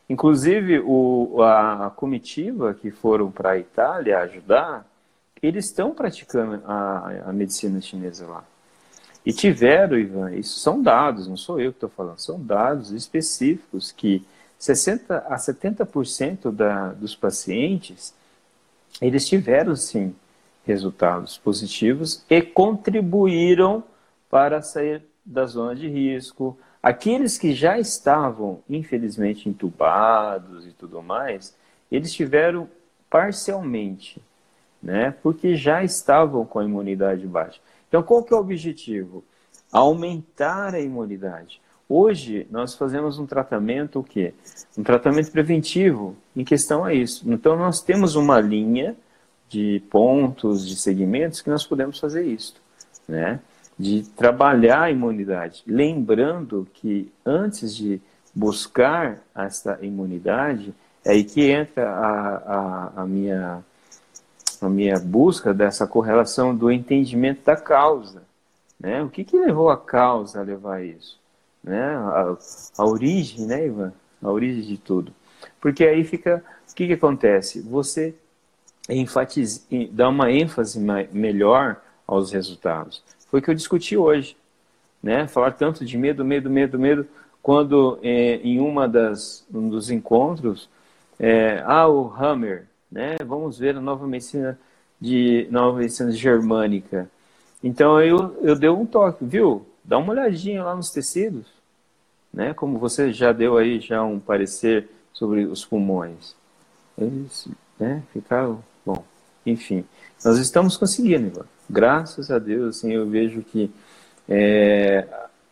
Inclusive, o, a, a comitiva que foram para a Itália ajudar, eles estão praticando a, a medicina chinesa lá. E tiveram, Ivan, isso são dados, não sou eu que estou falando, são dados específicos que sessenta a setenta por cento da, dos pacientes, eles tiveram, sim, resultados positivos e contribuíram para sair da zona de risco. Aqueles que já estavam, infelizmente, entubados e tudo mais, eles tiveram parcialmente, né? Porque já estavam com a imunidade baixa. Então, qual que é o objetivo? Aumentar a imunidade. Hoje, nós fazemos um tratamento, o quê? Um tratamento preventivo em questão a isso. Então, nós temos uma linha de pontos, de segmentos que nós podemos fazer isso, né? De trabalhar a imunidade. Lembrando que antes de buscar essa imunidade, é aí que entra a, a, a, minha, a minha busca dessa correlação do entendimento da causa, né? O que, que levou a causa a levar isso? Né? A, a origem, né, Ivan? A origem de tudo. Porque aí fica... O que, que acontece? Você enfatiza, dá uma ênfase melhor aos resultados. Foi o que eu discuti hoje, né? Falar tanto de medo, medo, medo, medo, quando é, em uma das, um dos encontros, é, ah, o Hammer, né? Vamos ver a nova medicina, de, nova medicina germânica. Então eu, eu dei um toque, viu? Dá uma olhadinha lá nos tecidos, né? Como você já deu aí já um parecer sobre os pulmões. Eles, né, ficaram, bom, enfim. Nós estamos conseguindo, Ivan. Graças a Deus, assim, eu vejo que é,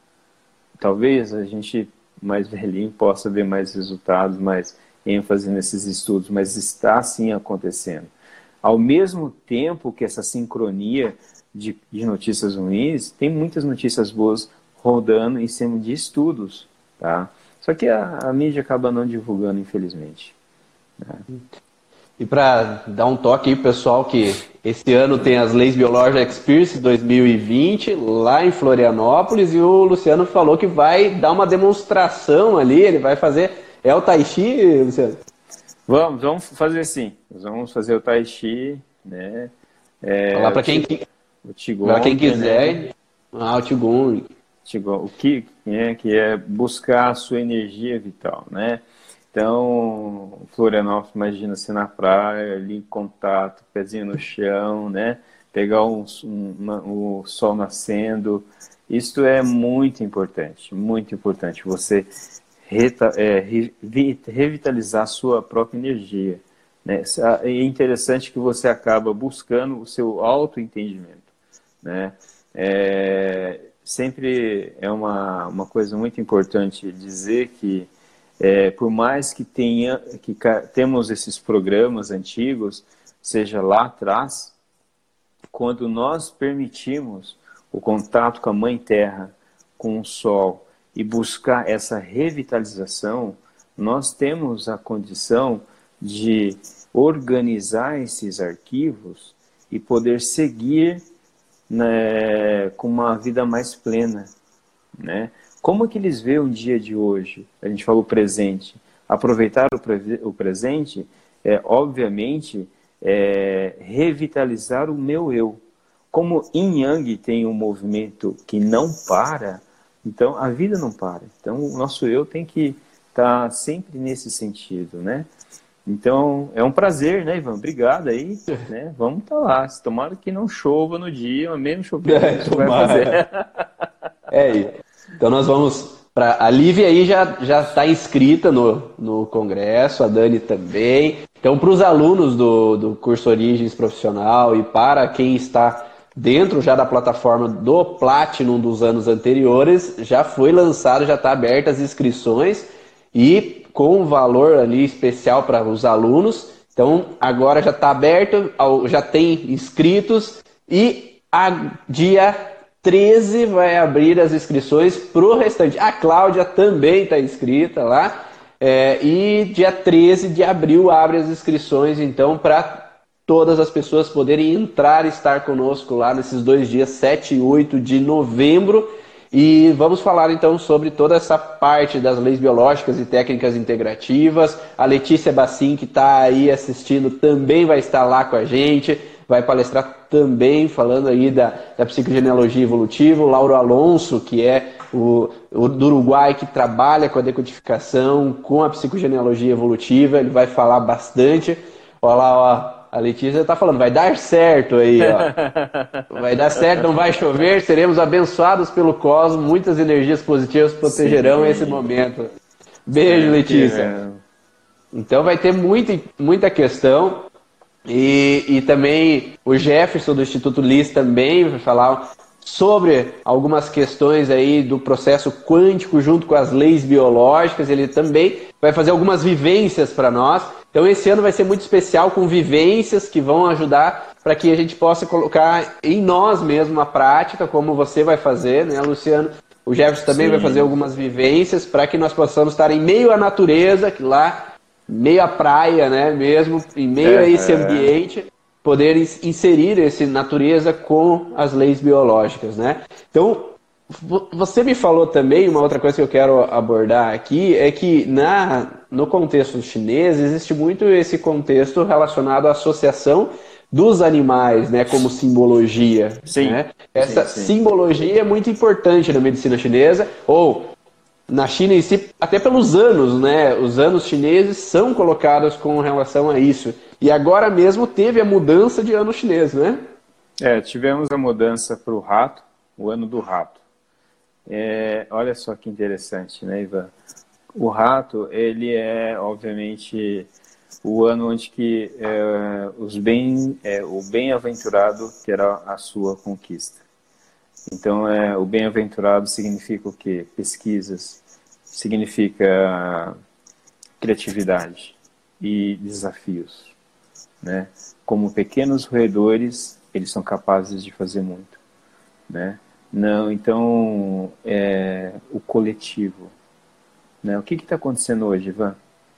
talvez a gente mais velhinho possa ver mais resultados, mais ênfase nesses estudos, mas está sim acontecendo. Ao mesmo tempo que essa sincronia de, de notícias ruins, tem muitas notícias boas rodando em cima de estudos, tá? Só que a, a mídia acaba não divulgando, infelizmente. Né? E para dar um toque aí pro pessoal que esse ano tem as Leis Biológicas Experience dois mil e vinte lá em Florianópolis, e o Luciano falou que vai dar uma demonstração ali, ele vai fazer... É o Tai Chi, Luciano? Vamos, vamos fazer sim. Nós vamos fazer o Tai Chi, né? É, Falar para quem, quem quiser. Né? Ah, o Qigong. Qigong. O que é, que é buscar a sua energia vital, né? Então, Florianópolis, imagina se na praia, ali em contato, pezinho no chão, né? Pegar um, um, uma, o sol nascendo. Isso é muito importante, muito importante. Você reta, é, re, revitalizar a sua própria energia, né? É interessante que você acaba buscando o seu autoentendimento, né? É, sempre é uma, uma coisa muito importante dizer que É, por mais que, tenha, que temos esses programas antigos, seja lá atrás, quando nós permitimos o contato com a Mãe Terra, com o Sol, e buscar essa revitalização, nós temos a condição de organizar esses arquivos e poder seguir, né, com uma vida mais plena, né? Como que eles veem o dia de hoje? A gente falou presente. Aproveitar o, pre o presente é, obviamente, é, revitalizar o meu eu. Como Yin Yang tem um movimento que não para, então a vida não para. Então o nosso eu tem que estar sempre nesse sentido, né? Então é um prazer, né, Ivan? Obrigado aí, né? Vamos estar lá. Tomara que não chova no dia, mas mesmo chovendo, a gente vai fazer. É isso. Então nós vamos para a Lívia aí já já está inscrita no, no congresso, a Dani também. Então para os alunos do, do curso Origens Profissional e para quem está dentro já da plataforma do Platinum dos anos anteriores, já foi lançado, já está aberta as inscrições e com valor ali especial para os alunos. Então agora já está aberto, já tem inscritos e a dia treze vai abrir as inscrições para o restante. A Cláudia também está inscrita lá. É, e dia treze de abril abre as inscrições, então, para todas as pessoas poderem entrar e estar conosco lá nesses dois dias, sete e oito de novembro. E vamos falar então sobre toda essa parte das leis biológicas e técnicas integrativas. A Letícia Bassim, que está aí assistindo, também vai estar lá com a gente, vai palestrar também falando aí da, da psicogenealogia evolutiva. O Lauro Alonso, que é o, o do Uruguai, que trabalha com a decodificação, com a psicogenealogia evolutiva, ele vai falar bastante. Olha lá, ó. A Letícia está falando, vai dar certo aí, ó. Vai dar certo, não vai chover, seremos abençoados pelo cosmos, muitas energias positivas protegerão Sim. esse momento. Beijo, é, Letícia. É. Então vai ter muita, muita questão. E, e também o Jefferson do Instituto Liz também vai falar sobre algumas questões aí do processo quântico junto com as leis biológicas. Ele também vai fazer algumas vivências para nós. Então esse ano vai ser muito especial, com vivências que vão ajudar para que a gente possa colocar em nós mesmo a prática, como você vai fazer, né, Luciano? O Jefferson também Sim. vai fazer algumas vivências para que nós possamos estar em meio à natureza, que lá, meio à praia, né, mesmo, em meio é, a esse ambiente, poder inserir essa natureza com as leis biológicas, né? Então, você me falou também, uma outra coisa que eu quero abordar aqui, é que na, no contexto chinês existe muito esse contexto relacionado à associação dos animais, né, como simbologia. Sim, né? Essa sim, sim. simbologia é muito importante na medicina chinesa, ou na China em si, até pelos anos, né? Os anos chineses são colocados com relação a isso. E agora mesmo teve a mudança de ano chinês, né? É, tivemos a mudança para o rato, o ano do rato. É, olha só que interessante, né, Ivan? O rato, ele é, obviamente, o ano onde que, é, os bem, é, o bem-aventurado terá a sua conquista. Então, é, o bem-aventurado significa o quê? Pesquisas, significa criatividade e desafios, né? Como pequenos roedores, eles são capazes de fazer muito, né? Não, então, é, o coletivo. Né? O que está acontecendo hoje, Ivan?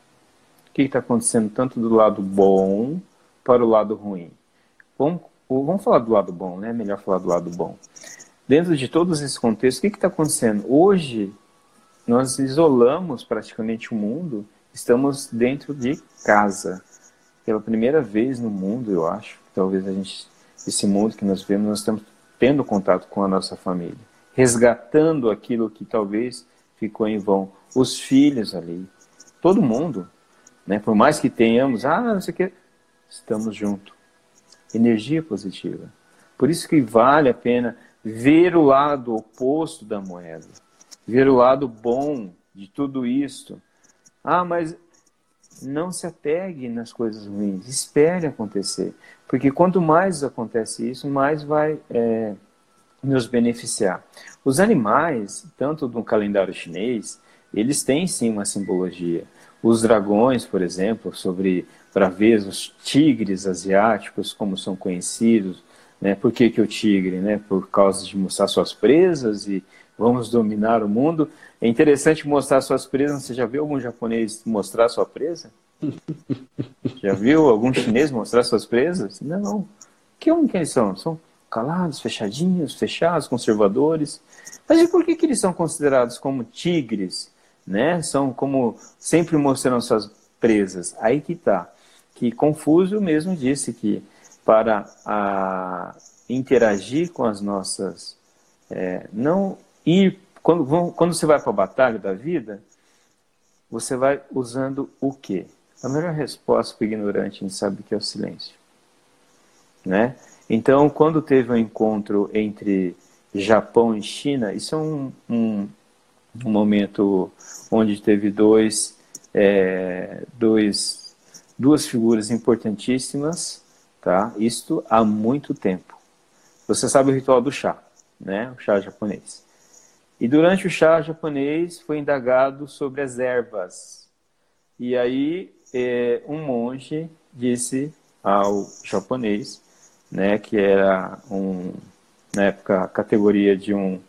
O que está acontecendo tanto do lado bom para o lado ruim? Vamos, vamos falar do lado bom, né? Melhor falar do lado bom. Dentro de todos esses contextos, o que está acontecendo? Hoje, nós isolamos praticamente o mundo, estamos dentro de casa. Pela primeira vez no mundo, eu acho, talvez a gente, esse mundo que nós vemos, nós estamos tendo contato com a nossa família, resgatando aquilo que talvez ficou em vão. Os filhos ali, todo mundo, né? Por mais que tenhamos, ah, não sei o que, estamos juntos. Energia positiva. Por isso que vale a pena ver o lado oposto da moeda, ver o lado bom de tudo isto. Ah, mas não se apegue nas coisas ruins, espere acontecer. Porque quanto mais acontece isso, mais vai é, nos beneficiar. Os animais, tanto no calendário chinês, eles têm sim uma simbologia. Os dragões, por exemplo, sobre, para ver os tigres asiáticos, como são conhecidos, né? Por que, que o tigre? Né? Por causa de mostrar suas presas e vamos dominar o mundo. É interessante mostrar suas presas. Você já viu algum japonês mostrar sua presa? Já viu algum chinês mostrar suas presas? Não. Que homem que eles são? São calados, fechadinhos, fechados, conservadores. Mas e por que, que eles são considerados como tigres? Né? São como sempre mostrando suas presas. Aí que está. Que Confúcio mesmo disse que para a, interagir com as nossas... É, não ir... Quando, quando você vai para a batalha da vida, você vai usando o quê? A melhor resposta para o ignorante, a gente sabe que é o silêncio. Né? Então, quando teve um encontro entre Japão e China, isso é um, um, um momento onde teve dois, é, dois, duas figuras importantíssimas, tá? Isto há muito tempo. Você sabe o ritual do chá, né? O chá japonês. E durante o chá japonês foi indagado sobre as ervas. E aí é, um monge disse ao japonês, né, que era um, na época a categoria de um,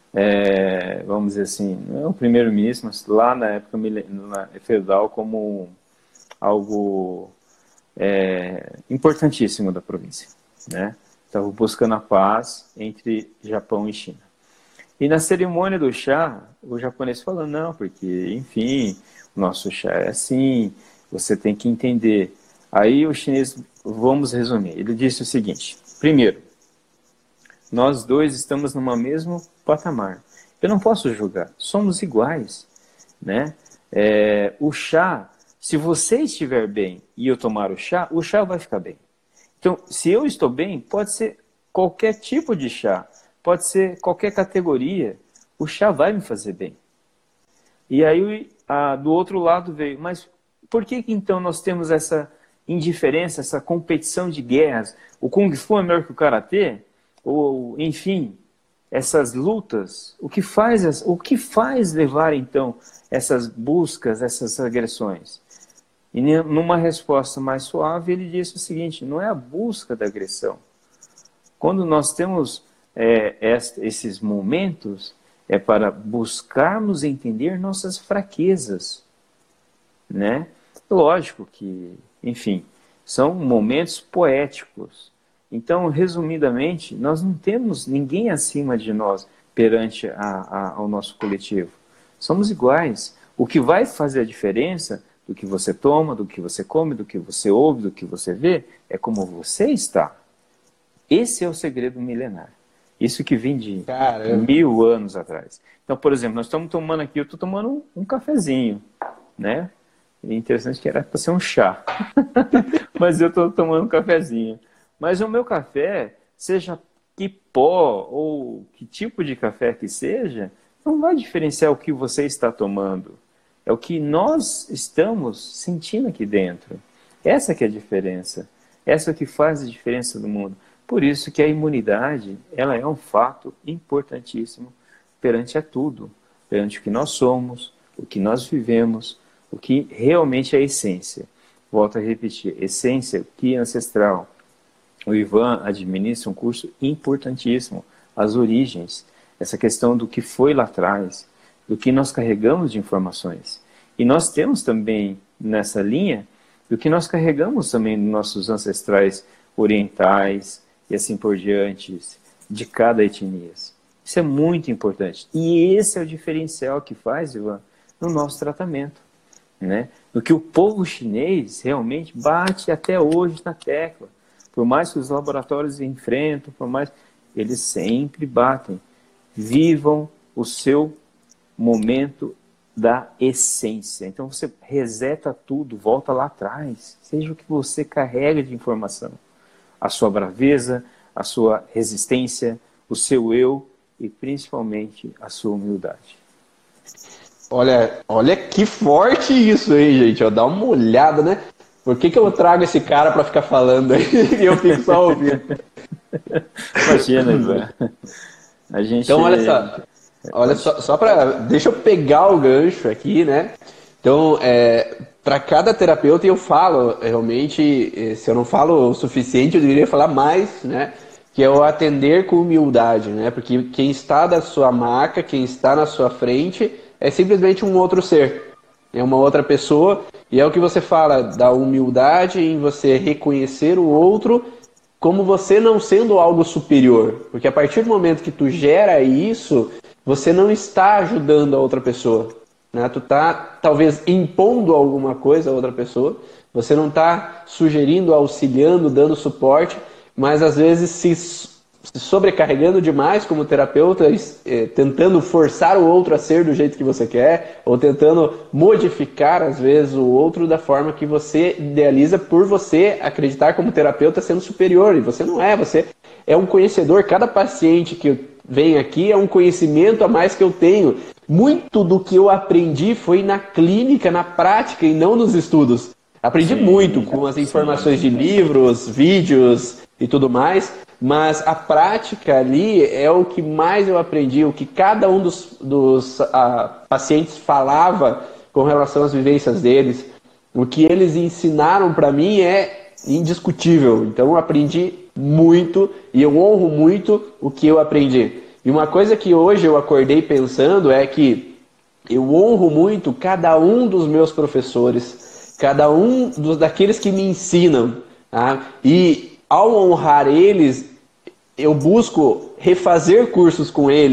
é, vamos dizer assim, não é um primeiro-ministro, mas lá na época feudal como algo é, importantíssimo da província, né? Estava buscando a paz entre Japão e China. E na cerimônia do chá, o japonês falou, não, porque, enfim, o nosso chá é assim, você tem que entender. Aí o chinês, vamos resumir, ele disse o seguinte, primeiro, nós dois estamos numa mesmo patamar. Eu não posso julgar, somos iguais, né? É, o chá, se você estiver bem e eu tomar o chá, o chá vai ficar bem. Então, se eu estou bem, pode ser qualquer tipo de chá, pode ser qualquer categoria, o chá vai me fazer bem. E aí, a, do outro lado veio, mas por que que então nós temos essa indiferença, essa competição de guerras? O Kung Fu é melhor que o Karatê? Ou, enfim, essas lutas, o que faz, o que faz levar então essas buscas, essas agressões? E numa resposta mais suave, ele disse o seguinte, não é a busca da agressão. Quando nós temos é, esses momentos, é para buscarmos entender nossas fraquezas, né? Lógico que, enfim, são momentos poéticos. Então, resumidamente, nós não temos ninguém acima de nós perante a, a, ao nosso coletivo. Somos iguais. O que vai fazer a diferença do que você toma, do que você come, do que você ouve, do que você vê, é como você está. Esse é o segredo milenar. Isso que vem de Caramba. mil anos atrás. Então, por exemplo, nós estamos tomando aqui, eu estou tomando um, um cafezinho, né? É interessante que era para ser um chá. Mas eu estou tomando um cafezinho. Mas o meu café, seja que pó ou que tipo de café que seja, não vai diferenciar o que você está tomando. É o que nós estamos sentindo aqui dentro. Essa que é a diferença. Essa é o que faz a diferença do mundo. Por isso que a imunidade, ela é um fato importantíssimo perante a tudo. Perante o que nós somos, o que nós vivemos, o que realmente é a essência. Volto a repetir, essência, que é ancestral. O Ivan administra um curso importantíssimo, as origens, essa questão do que foi lá atrás, do que nós carregamos de informações. E nós temos também nessa linha do que nós carregamos também dos nossos ancestrais orientais e assim por diante, de cada etnia. Isso é muito importante. E esse é o diferencial que faz, Ivan, no nosso tratamento, né? No que o povo chinês realmente bate até hoje na tecla. Por mais que os laboratórios enfrentam, por mais, eles sempre batem. Vivam o seu momento da essência. Então você reseta tudo, volta lá atrás. Seja o que você carrega de informação. A sua braveza, a sua resistência, o seu eu e principalmente a sua humildade. Olha, olha que forte isso aí, gente. Ó, dá uma olhada, né? Por que que eu trago esse cara para ficar falando aí e eu fico só ouvindo? Imagina, Ivan. A gente... Então, olha só. Olha só, só para... Deixa eu pegar o gancho aqui, né? Então, é, para cada terapeuta, eu falo, realmente, se eu não falo o suficiente, eu deveria falar mais, né? Que é o atender com humildade, né? Porque quem está da sua maca, quem está na sua frente, é simplesmente um outro ser. É uma outra pessoa, e é o que você fala, da humildade em você reconhecer o outro como você não sendo algo superior. Porque a partir do momento que tu gera isso, você não está ajudando a outra pessoa. Né? Tu está, talvez, impondo alguma coisa a outra pessoa, você não está sugerindo, auxiliando, dando suporte, mas às vezes se, se sobrecarregando demais como terapeuta, eh, tentando forçar o outro a ser do jeito que você quer, ou tentando modificar, às vezes, o outro da forma que você idealiza por você acreditar como terapeuta sendo superior. E você não é, você é um conhecedor. Cada paciente que vem aqui é um conhecimento a mais que eu tenho. Muito do que eu aprendi foi na clínica, na prática e não nos estudos. Aprendi sim, muito com as informações sim. de livros, vídeos e tudo mais, mas a prática ali é o que mais eu aprendi, o que cada um dos, dos uh, pacientes falava com relação às vivências deles, o que eles ensinaram para mim é indiscutível. Então eu aprendi muito e eu honro muito o que eu aprendi. E uma coisa que hoje eu acordei pensando é que eu honro muito cada um dos meus professores, cada um dos, daqueles que me ensinam, tá? E ao honrar eles, eu busco refazer cursos com eles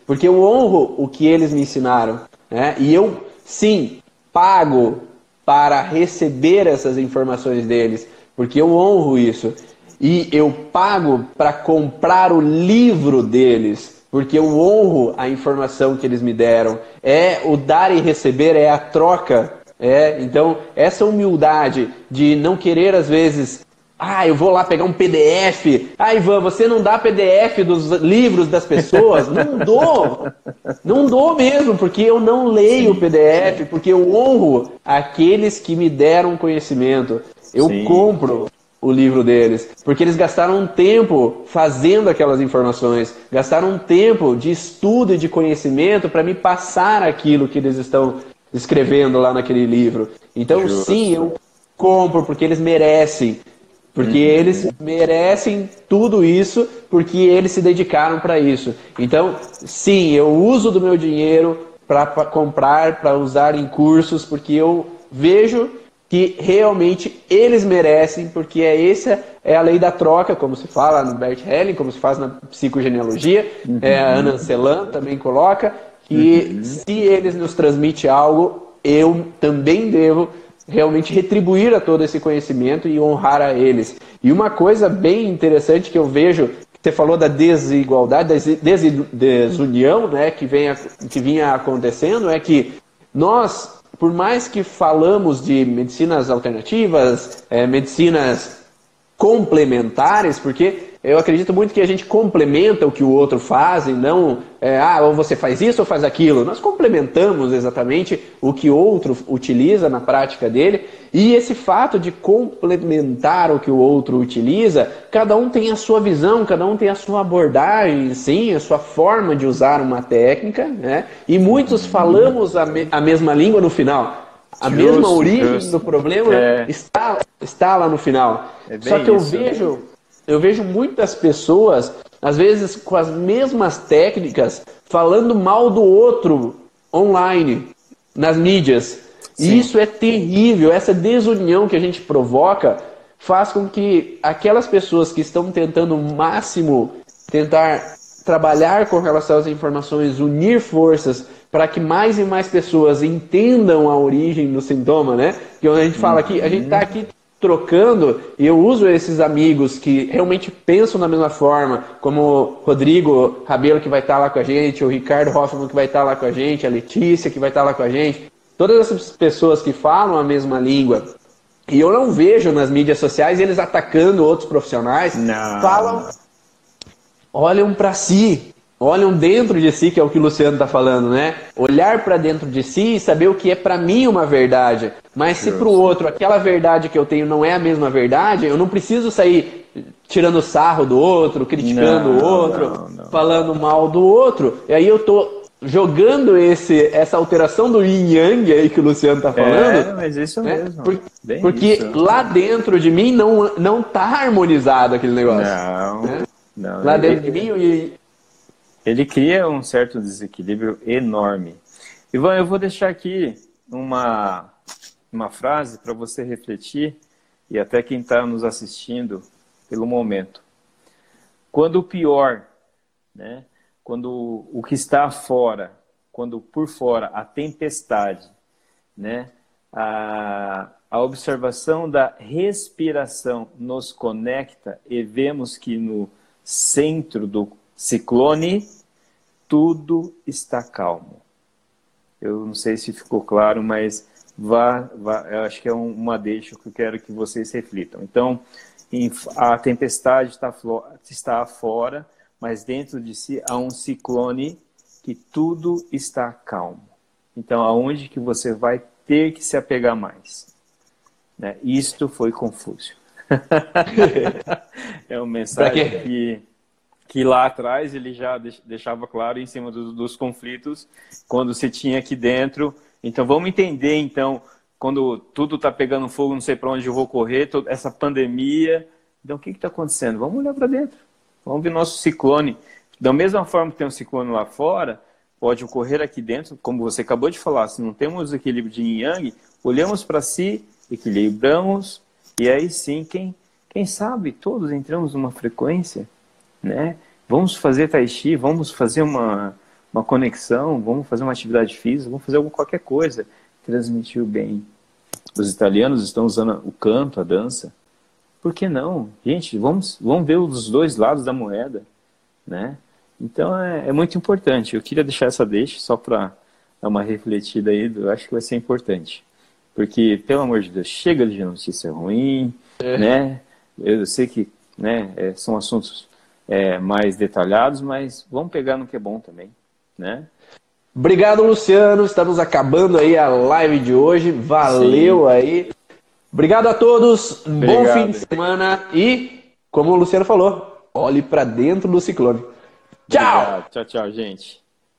porque eu honro o que eles me ensinaram, né? E eu, sim, pago para receber essas informações deles, porque eu honro isso. E eu pago para comprar o livro deles, porque eu honro a informação que eles me deram. É o dar e receber, é a troca. É, então, essa humildade de não querer, às vezes, ah, eu vou lá pegar um P D F. Ah, Ivan, você não dá P D F dos livros das pessoas? Não dou. Não dou mesmo, porque eu não leio o P D F, porque eu honro aqueles que me deram conhecimento. Eu Sim. compro o livro deles, porque eles gastaram um tempo fazendo aquelas informações, gastaram um tempo de estudo e de conhecimento para me passar aquilo que eles estão escrevendo lá naquele livro. Então, Justo. sim, eu compro, porque eles merecem. Porque uhum. eles merecem tudo isso, porque eles se dedicaram para isso. Então, sim, eu uso do meu dinheiro para comprar, para usar em cursos, porque eu vejo que realmente eles merecem, porque é essa é a lei da troca, como se fala no Bert Helling, como se faz na psicogenealogia, uhum. é, a Anand Selan também coloca, que uhum. se eles nos transmitem algo, eu também devo realmente retribuir a todo esse conhecimento e honrar a eles. E uma coisa bem interessante que eu vejo, que você falou da desigualdade, da desunião, né, que, vem, que vinha acontecendo, é que nós, por mais que falamos de medicinas alternativas, é, medicinas complementares, porque eu acredito muito que a gente complementa o que o outro faz e não, é, ah, ou você faz isso ou faz aquilo. Nós complementamos exatamente o que o outro utiliza na prática dele, e esse fato de complementar o que o outro utiliza, cada um tem a sua visão, cada um tem a sua abordagem, sim, a sua forma de usar uma técnica, né? E muitos falamos a, me a mesma língua no final. A justo, mesma origem justo. do problema é. está, está lá no final. É Só que eu isso, vejo... Né? Eu vejo muitas pessoas, às vezes com as mesmas técnicas, falando mal do outro online, nas mídias. Sim. E isso é terrível. Essa desunião que a gente provoca faz com que aquelas pessoas que estão tentando o máximo tentar trabalhar com relação às informações, unir forças para que mais e mais pessoas entendam a origem do sintoma, né? Que a gente fala aqui, a gente está aqui trocando, e eu uso esses amigos que realmente pensam da mesma forma, como o Rodrigo Rabelo, que vai estar lá com a gente, o Ricardo Hoffman, que vai estar lá com a gente, a Letícia, que vai estar lá com a gente, todas essas pessoas que falam a mesma língua, e eu não vejo nas mídias sociais eles atacando outros profissionais, não. falam, olham para si, olham dentro de si, que é o que o Luciano está falando, né? Olhar para dentro de si e saber o que é para mim uma verdade. Mas se para o outro aquela verdade que eu tenho não é a mesma verdade, eu não preciso sair tirando sarro do outro, criticando não, o outro, não, não. falando mal do outro. E aí eu tô jogando esse, essa alteração do yin yang aí que o Luciano está falando. É, mas isso né? mesmo. Por, Bem porque isso. lá dentro de mim não, não tá harmonizado aquele negócio. Não, né? não. Lá ele, dentro de mim... E, ele cria um certo desequilíbrio enorme. Ivan, eu vou deixar aqui uma, uma frase para você refletir, e até quem está nos assistindo pelo momento. Quando o pior, né, quando o que está fora, quando por fora a tempestade, né, a, a observação da respiração nos conecta e vemos que no centro do ciclone tudo está calmo. Eu não sei se ficou claro, mas vá, vá, eu acho que é um, uma deixa que eu quero que vocês reflitam. Então, a tempestade está, está fora, mas dentro de si há um ciclone que tudo está calmo. Então, aonde que você vai ter que se apegar mais? Né? Isto foi Confúcio. É uma mensagem que... que lá atrás ele já deixava claro em cima dos, dos conflitos, quando se tinha aqui dentro. Então vamos entender, então, quando tudo está pegando fogo, não sei para onde eu vou correr, toda essa pandemia. Então o que está acontecendo? Vamos olhar para dentro. Vamos ver nosso ciclone. Da mesma forma que tem um ciclone lá fora, pode ocorrer aqui dentro, como você acabou de falar, se não temos equilíbrio de yin yang, olhamos para si, equilibramos, e aí sim, quem, quem sabe, todos entramos numa frequência, né? Vamos fazer tai chi, vamos fazer uma, uma conexão, vamos fazer uma atividade física, vamos fazer alguma, qualquer coisa, transmitir o bem. Os italianos estão usando o canto, a dança. Por que não? Gente, vamos, vamos ver os dois lados da moeda, né? Então é, é muito importante. Eu queria deixar essa deixa só para dar uma refletida aí, eu acho que vai ser importante. Porque, pelo amor de Deus, chega de notícia ruim, é. né? Eu sei que, né, é, são assuntos é, mais detalhados, mas vamos pegar no que é bom também, né? Obrigado, Luciano. Estamos acabando aí a live de hoje. Valeu Sim. aí. Obrigado a todos. Obrigado. Bom fim de semana e, como o Luciano falou, olhe para dentro do ciclone. Tchau! Obrigado. Tchau, tchau, gente.